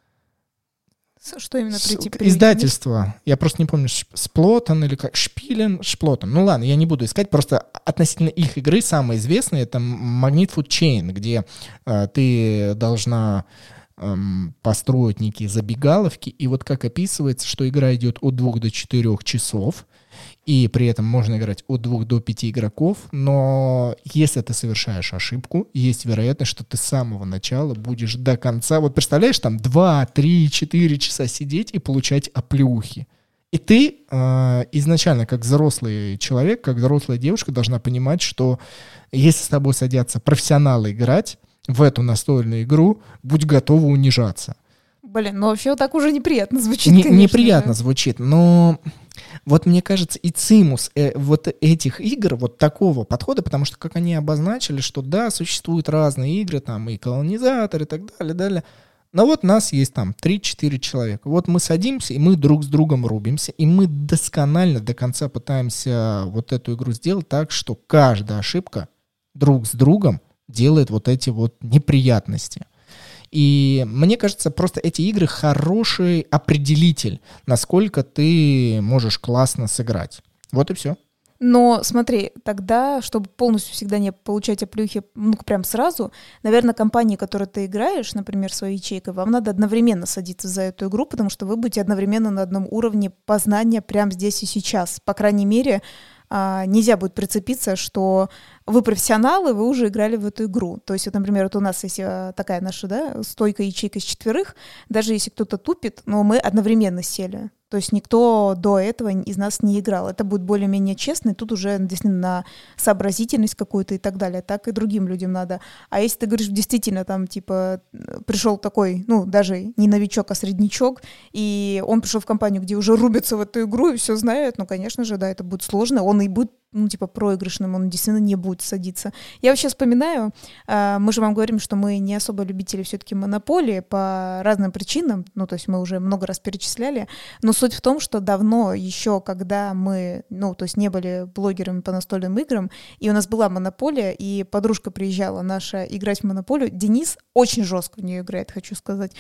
Что именно издательство. Я просто не помню, Сплотен или как, Шплотен. Ну ладно, я не буду искать, просто относительно их игры самое известное — это Magnet Food Chain, где ты должна построить некие забегаловки, и вот как описывается, что игра идет от 2 до 4 часов, и при этом можно играть от 2 до 5 игроков, но если ты совершаешь ошибку, есть вероятность, что ты с самого начала будешь до конца, вот представляешь, там 2, 3, 4 часа сидеть и получать оплеухи. И ты изначально, как взрослый человек, как взрослая девушка, должна понимать, что если с тобой садятся профессионалы играть в эту настольную игру, будь готова унижаться. Блин, ну вообще вот так уже неприятно звучит, конечно. Неприятно звучит, но вот мне кажется, и цимус вот этих игр, вот такого подхода, потому что как они обозначили, что да, существуют разные игры, там и колонизатор, и так далее. Но вот нас есть там 3-4 человека. Вот мы садимся, и мы друг с другом рубимся, и мы досконально до конца пытаемся вот эту игру сделать так, что каждая ошибка друг с другом делает вот эти вот неприятности. И мне кажется, просто эти игры хороший определитель, насколько ты можешь классно сыграть. Вот и все. Но смотри, тогда, чтобы полностью всегда не получать оплюхи, ну, прям сразу, наверное, компании, в которой ты играешь, например, своей ячейкой, вам надо одновременно садиться за эту игру, потому что вы будете одновременно на одном уровне познания прямо здесь и сейчас. По крайней мере, нельзя будет прицепиться, что вы профессионалы, вы уже играли в эту игру. То есть, вот, например, вот у нас есть такая наша, да, стойка ячейка из 4, даже если кто-то тупит, но мы одновременно сели. То есть никто до этого из нас не играл. Это будет более-менее честно, и тут уже действительно на сообразительность какую-то и так далее. Так и другим людям надо. А если ты говоришь, действительно, там, типа, пришел такой, ну, даже не новичок, а среднячок, и он пришел в компанию, где уже рубятся в эту игру и все знают, ну, конечно же, да, это будет сложно. Он и будет, ну, типа, проигрышным, он действительно не будет садиться. Я вообще вспоминаю, мы же вам говорим, что мы не особо любители все-таки монополии по разным причинам, ну, то есть мы уже много раз перечисляли, но суть в том, что давно еще, когда мы, ну, то есть не были блогерами по настольным играм, и у нас была монополия, и подружка приезжала наша играть в монополию, Денис очень жестко в нее играет, хочу сказать.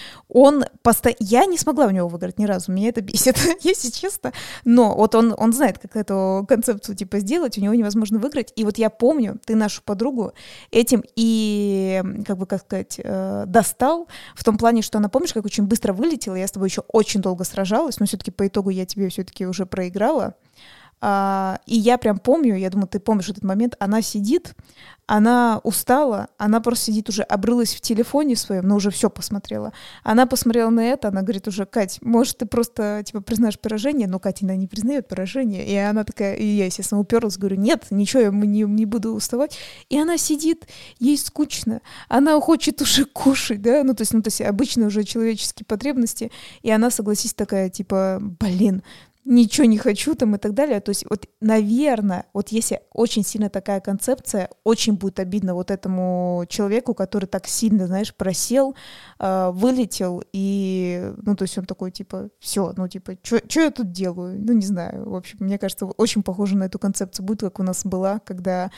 Я не смогла в него выиграть ни разу, меня это бесит, если честно, но вот он знает, как эту концепцию, типа, сделать, у него невозможно выиграть, и вот я помню, ты нашу подругу этим и, как бы, как сказать, достал, в том плане, что она, помнишь, как очень быстро вылетела, я с тобой еще очень долго сражалась, но все-таки по итогу я тебе все-таки уже проиграла. И я прям помню, я думаю, ты помнишь этот момент, она сидит, она устала, она просто сидит уже, обрылась в телефоне своем, но уже все посмотрела. Она посмотрела на это, она говорит уже: Кать, может, ты просто, типа, признаешь поражение? Но Катя, она не признает поражение. И она такая, и я, естественно, уперлась, говорю: нет, ничего, я не буду уставать. И она сидит, ей скучно, она хочет уже кушать, да, ну, то есть обычные уже человеческие потребности, и она, согласись, такая, типа, блин, ничего не хочу там и так далее. То есть вот, наверное, вот если очень сильно такая концепция, очень будет обидно вот этому человеку, который так сильно, знаешь, просел, вылетел, и, ну, то есть он такой, типа, все, ну, типа, что я тут делаю? Ну, не знаю. В общем, мне кажется, очень похоже на эту концепцию будет, как у нас была, когда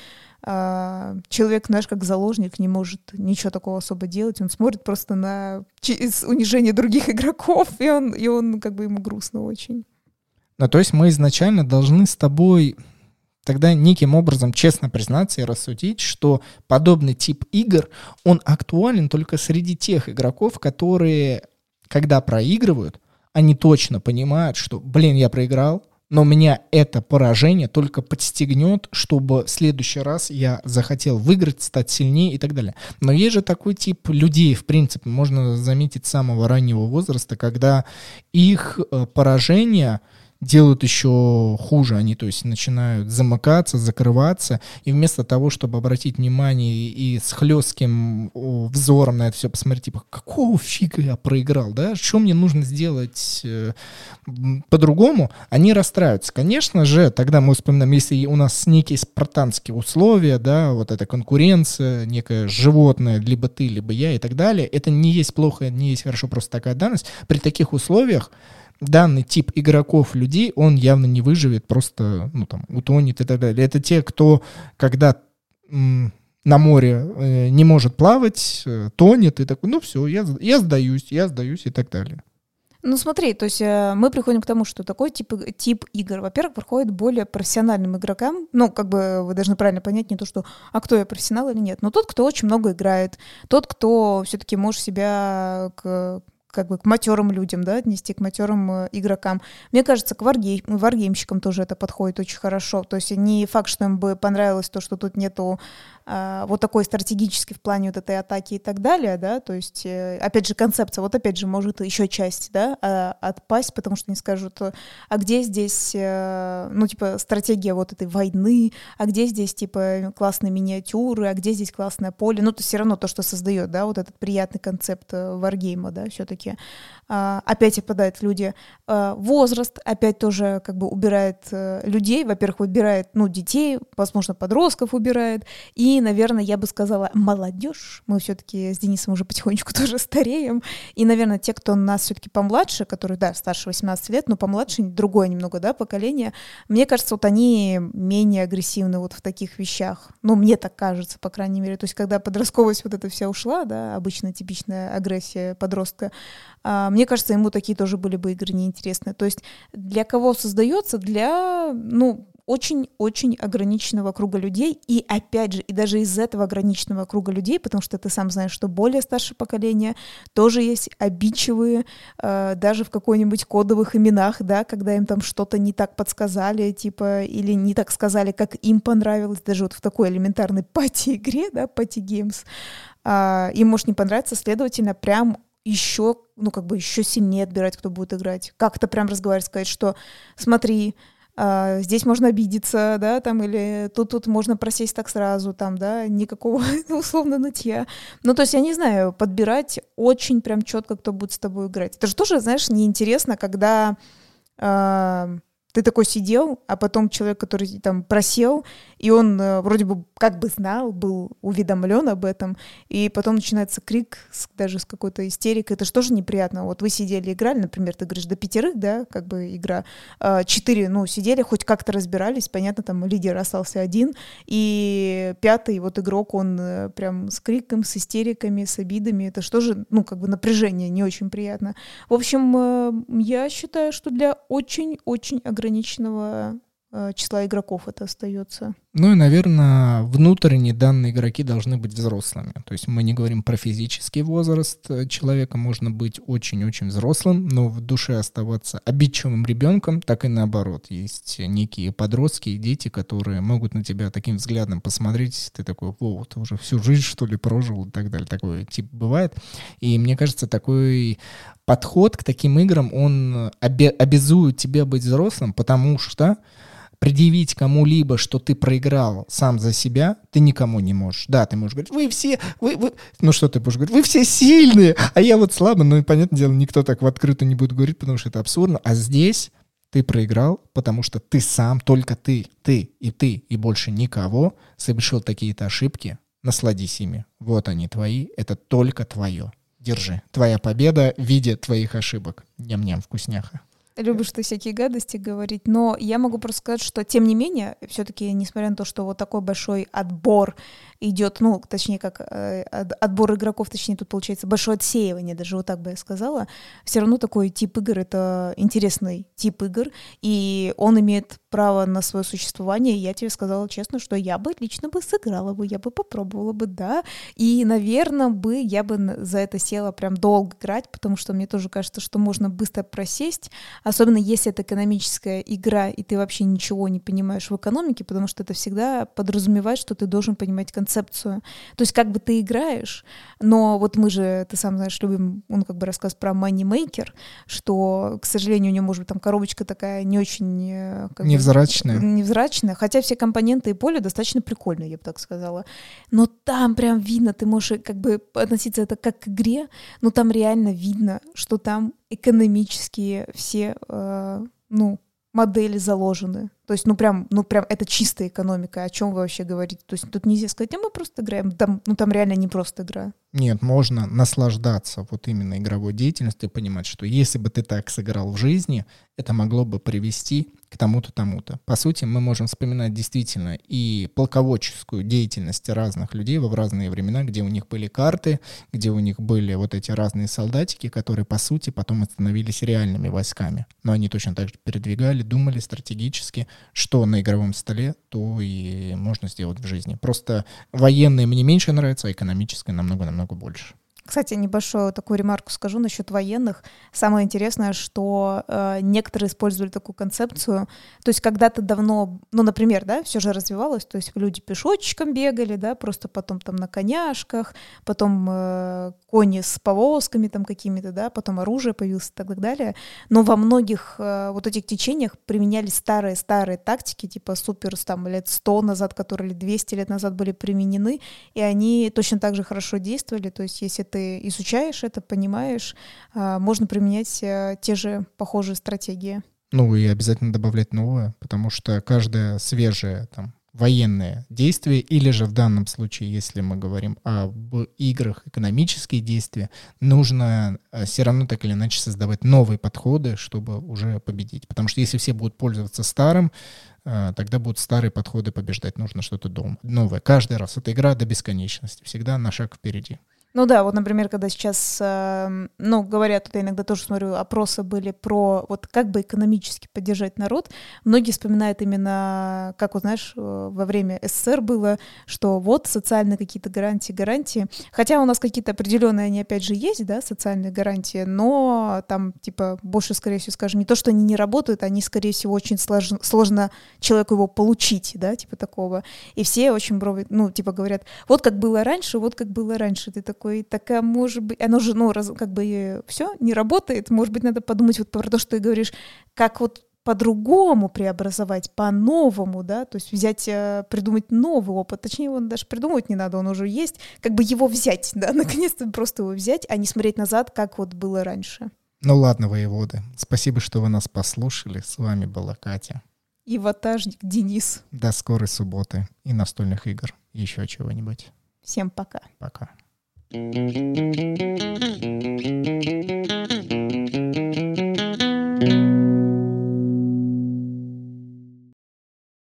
человек, знаешь, как заложник, не может ничего такого особо делать, он смотрит просто на унижение других игроков, и он как бы ему грустно очень. Ну, то есть мы изначально должны с тобой тогда неким образом честно признаться и рассудить, что подобный тип игр, он актуален только среди тех игроков, которые, когда проигрывают, они точно понимают, что, блин, я проиграл, но меня это поражение только подстегнет, чтобы в следующий раз я захотел выиграть, стать сильнее и так далее. Но есть же такой тип людей, в принципе, можно заметить с самого раннего возраста, когда их поражение делают еще хуже, они, то есть, начинают замыкаться, закрываться, и вместо того, чтобы обратить внимание и с хлестким взором на это все посмотреть, типа, какого фига я проиграл, да, что мне нужно сделать по-другому, они расстраиваются. Конечно же, тогда мы вспоминаем, если у нас некие спартанские условия, да, вот эта конкуренция, некое животное, либо ты, либо я и так далее, это не есть плохо, не есть хорошо, просто такая данность. При таких условиях данный тип игроков, людей, он явно не выживет, просто, ну, там, утонет и так далее. Это те, кто, когда на море не может плавать, тонет, и такой, ну все, я сдаюсь и так далее. Ну смотри, то есть мы приходим к тому, что такой тип игр, во-первых, проходит более профессиональным игрокам, ну, как бы вы должны правильно понять не то, что, а кто я, профессионал или нет, но тот, кто очень много играет, тот, кто все-таки может себя как бы к матерым людям, да, отнести к матерым игрокам. Мне кажется, к варгеймщикам тоже это подходит очень хорошо. То есть не факт, что им бы понравилось то, что тут нету вот такой стратегический в плане вот этой атаки и так далее, да, то есть, опять же, концепция, вот опять же, может еще часть, да, отпасть, потому что они скажут, а где здесь, ну, типа, стратегия вот этой войны, а где здесь, типа, классные миниатюры, а где здесь классное поле, ну, то все равно то, что создает, да, вот этот приятный концепт варгейма, да, все-таки. Опять отпадают люди. Возраст опять тоже как бы убирает людей, во-первых, выбирает, ну, детей, возможно, подростков убирает, и, наверное, я бы сказала, молодежь. Мы все-таки с Денисом уже потихонечку тоже стареем. И, наверное, те, кто нас все-таки помладше, которые, да, старше 18 лет, но помладше, другое немного, да, поколение, мне кажется, вот они менее агрессивны вот в таких вещах. Ну, мне так кажется, по крайней мере. То есть, когда подростковость вот эта вся ушла, да, обычная типичная агрессия подростка, мне кажется, ему такие тоже были бы игры неинтересны. То есть для кого создается? Для, ну, очень-очень ограниченного круга людей. И опять же, и даже из этого ограниченного круга людей, потому что ты сам знаешь, что более старшее поколение тоже есть обидчивые, даже в какой-нибудь кодовых именах, да, когда им там что-то не так подсказали, типа, или не так сказали, как им понравилось, даже вот в такой элементарной пати-игре, да, пати-геймс, им может не понравиться, следовательно, прям еще, ну, как бы еще сильнее отбирать, кто будет играть. Как-то прям разговаривать, сказать, что смотри, здесь можно обидеться, да, там, или тут можно просесть так сразу, там, да, никакого условно нытья. Ну, то есть, я не знаю, подбирать очень прям четко, кто будет с тобой играть. Это же тоже, знаешь, неинтересно, когда ты такой сидел, а потом человек, который там просел, и он вроде бы как бы знал, был уведомлен об этом, и потом начинается крик, даже с какой-то истерикой. Это же тоже неприятно. Вот вы сидели, играли, например, ты говоришь, до 5, да, как бы игра. 4, ну, сидели, хоть как-то разбирались, понятно, там лидер остался один, и 5 вот игрок, он прям с криком, с истериками, с обидами. Это же тоже, ну, как бы напряжение не очень приятно. В общем, я считаю, что для очень-очень ограниченного числа игроков это остается. Ну и, наверное, внутренне данные игроки должны быть взрослыми. То есть мы не говорим про физический возраст человека, можно быть очень-очень взрослым, но в душе оставаться обидчивым ребенком, так и наоборот. Есть некие подростки и дети, которые могут на тебя таким взглядом посмотреть, ты такой, воу, ты уже всю жизнь, что ли, прожил и так далее. Такой тип бывает. И мне кажется, такой подход к таким играм, он обязует тебя быть взрослым, потому что предъявить кому-либо, что ты проиграл сам за себя, ты никому не можешь. Да, ты можешь говорить, вы все, ну что ты будешь говорить, вы все сильные, а я вот слабый. Ну и, понятное дело, никто так в открытую не будет говорить, потому что это абсурдно. А здесь ты проиграл, потому что ты сам, только ты, и больше никого совершил такие-то ошибки. Насладись ими. Вот они твои, это только твое. Держи. Твоя победа в виде твоих ошибок. Ням-ням, вкусняха. Любишь ты всякие гадости говорить, но я могу просто сказать, что тем не менее, все-таки, несмотря на то, что вот такой большой отбор идет, ну, точнее, как отбор игроков, точнее, тут получается большое отсеивание, даже вот так бы я сказала, все равно такой тип игр — это интересный тип игр, и он имеет право на свое существование. Я тебе сказала честно, что я бы лично бы сыграла бы, я бы попробовала бы, да, и, наверное, я бы за это села прям долго играть, потому что мне тоже кажется, что можно быстро просесть, особенно если это экономическая игра, и ты вообще ничего не понимаешь в экономике, потому что это всегда подразумевает, что ты должен понимать концепцию. То есть как бы ты играешь, но вот мы же, ты сам знаешь, любим, он как бы рассказ про Moneymaker, что, к сожалению, у него может быть там коробочка такая не очень... Невзрачная, хотя все компоненты и поле достаточно прикольные, я бы так сказала. Но там прям видно, ты можешь как бы относиться это как к игре, но там реально видно, что там экономические все, модели заложены. То есть, прям это чистая экономика. О чем вы вообще говорите? То есть тут нельзя сказать, мы просто играем. Там реально не просто игра. Нет, можно наслаждаться вот именно игровой деятельностью и понимать, что если бы ты так сыграл в жизни, это могло бы привести к тому-то, тому-то. По сути, мы можем вспоминать действительно и полководческую деятельность разных людей в разные времена, где у них были карты, где у них были вот эти разные солдатики, которые, по сути, потом становились реальными войсками. Но они точно так же передвигали, думали стратегически, что на игровом столе, то и можно сделать в жизни. Просто военные мне меньше нравятся, а экономическое намного-намного больше. Кстати, небольшую такую ремарку скажу насчет военных. Самое интересное, что некоторые использовали такую концепцию. То есть когда-то давно, ну, например, да, все же развивалось, то есть люди пешочком бегали, да, просто потом там на коняшках, потом кони с повозками там какими-то, да, потом оружие появилось и так далее. Но во многих вот этих течениях применялись старые тактики, типа супер там лет 100 назад, которые или 200 лет назад были применены, и они точно так же хорошо действовали. То есть если ты изучаешь это, понимаешь, можно применять те же похожие стратегии. Ну и обязательно добавлять новое, потому что каждое свежее там военное действие, или же в данном случае, если мы говорим об играх, экономические действия, нужно все равно так или иначе создавать новые подходы, чтобы уже победить. Потому что если все будут пользоваться старым, тогда будут старые подходы побеждать. Нужно что-то новое. Каждый раз. Это игра до бесконечности. Всегда на шаг впереди. Ну да, вот, например, когда сейчас, ну, говорят, я иногда тоже смотрю, опросы были про вот как бы экономически поддержать народ, многие вспоминают именно, как, вот знаешь, во время СССР было, что вот социальные какие-то гарантии, хотя у нас какие-то определенные, они опять же есть, да, социальные гарантии, но там, типа, больше, скорее всего, скажем, не то, что они не работают, они, скорее всего, очень сложно человеку его получить, да, типа такого, и все очень, ну, типа, говорят, вот как было раньше, ты такой, так, а может быть, оно же, ну, как бы все не работает, может быть, надо подумать вот про то, что ты говоришь, как вот по-другому преобразовать, по-новому, да, то есть взять, придумать новый опыт, точнее, его даже придумывать не надо, он уже есть, как бы его взять, да, наконец-то просто его взять, а не смотреть назад, как вот было раньше. Ну ладно, воеводы, спасибо, что вы нас послушали, с вами была Катя. И ватажник Денис. До скорой субботы и настольных игр, еще чего-нибудь. Всем пока. Пока.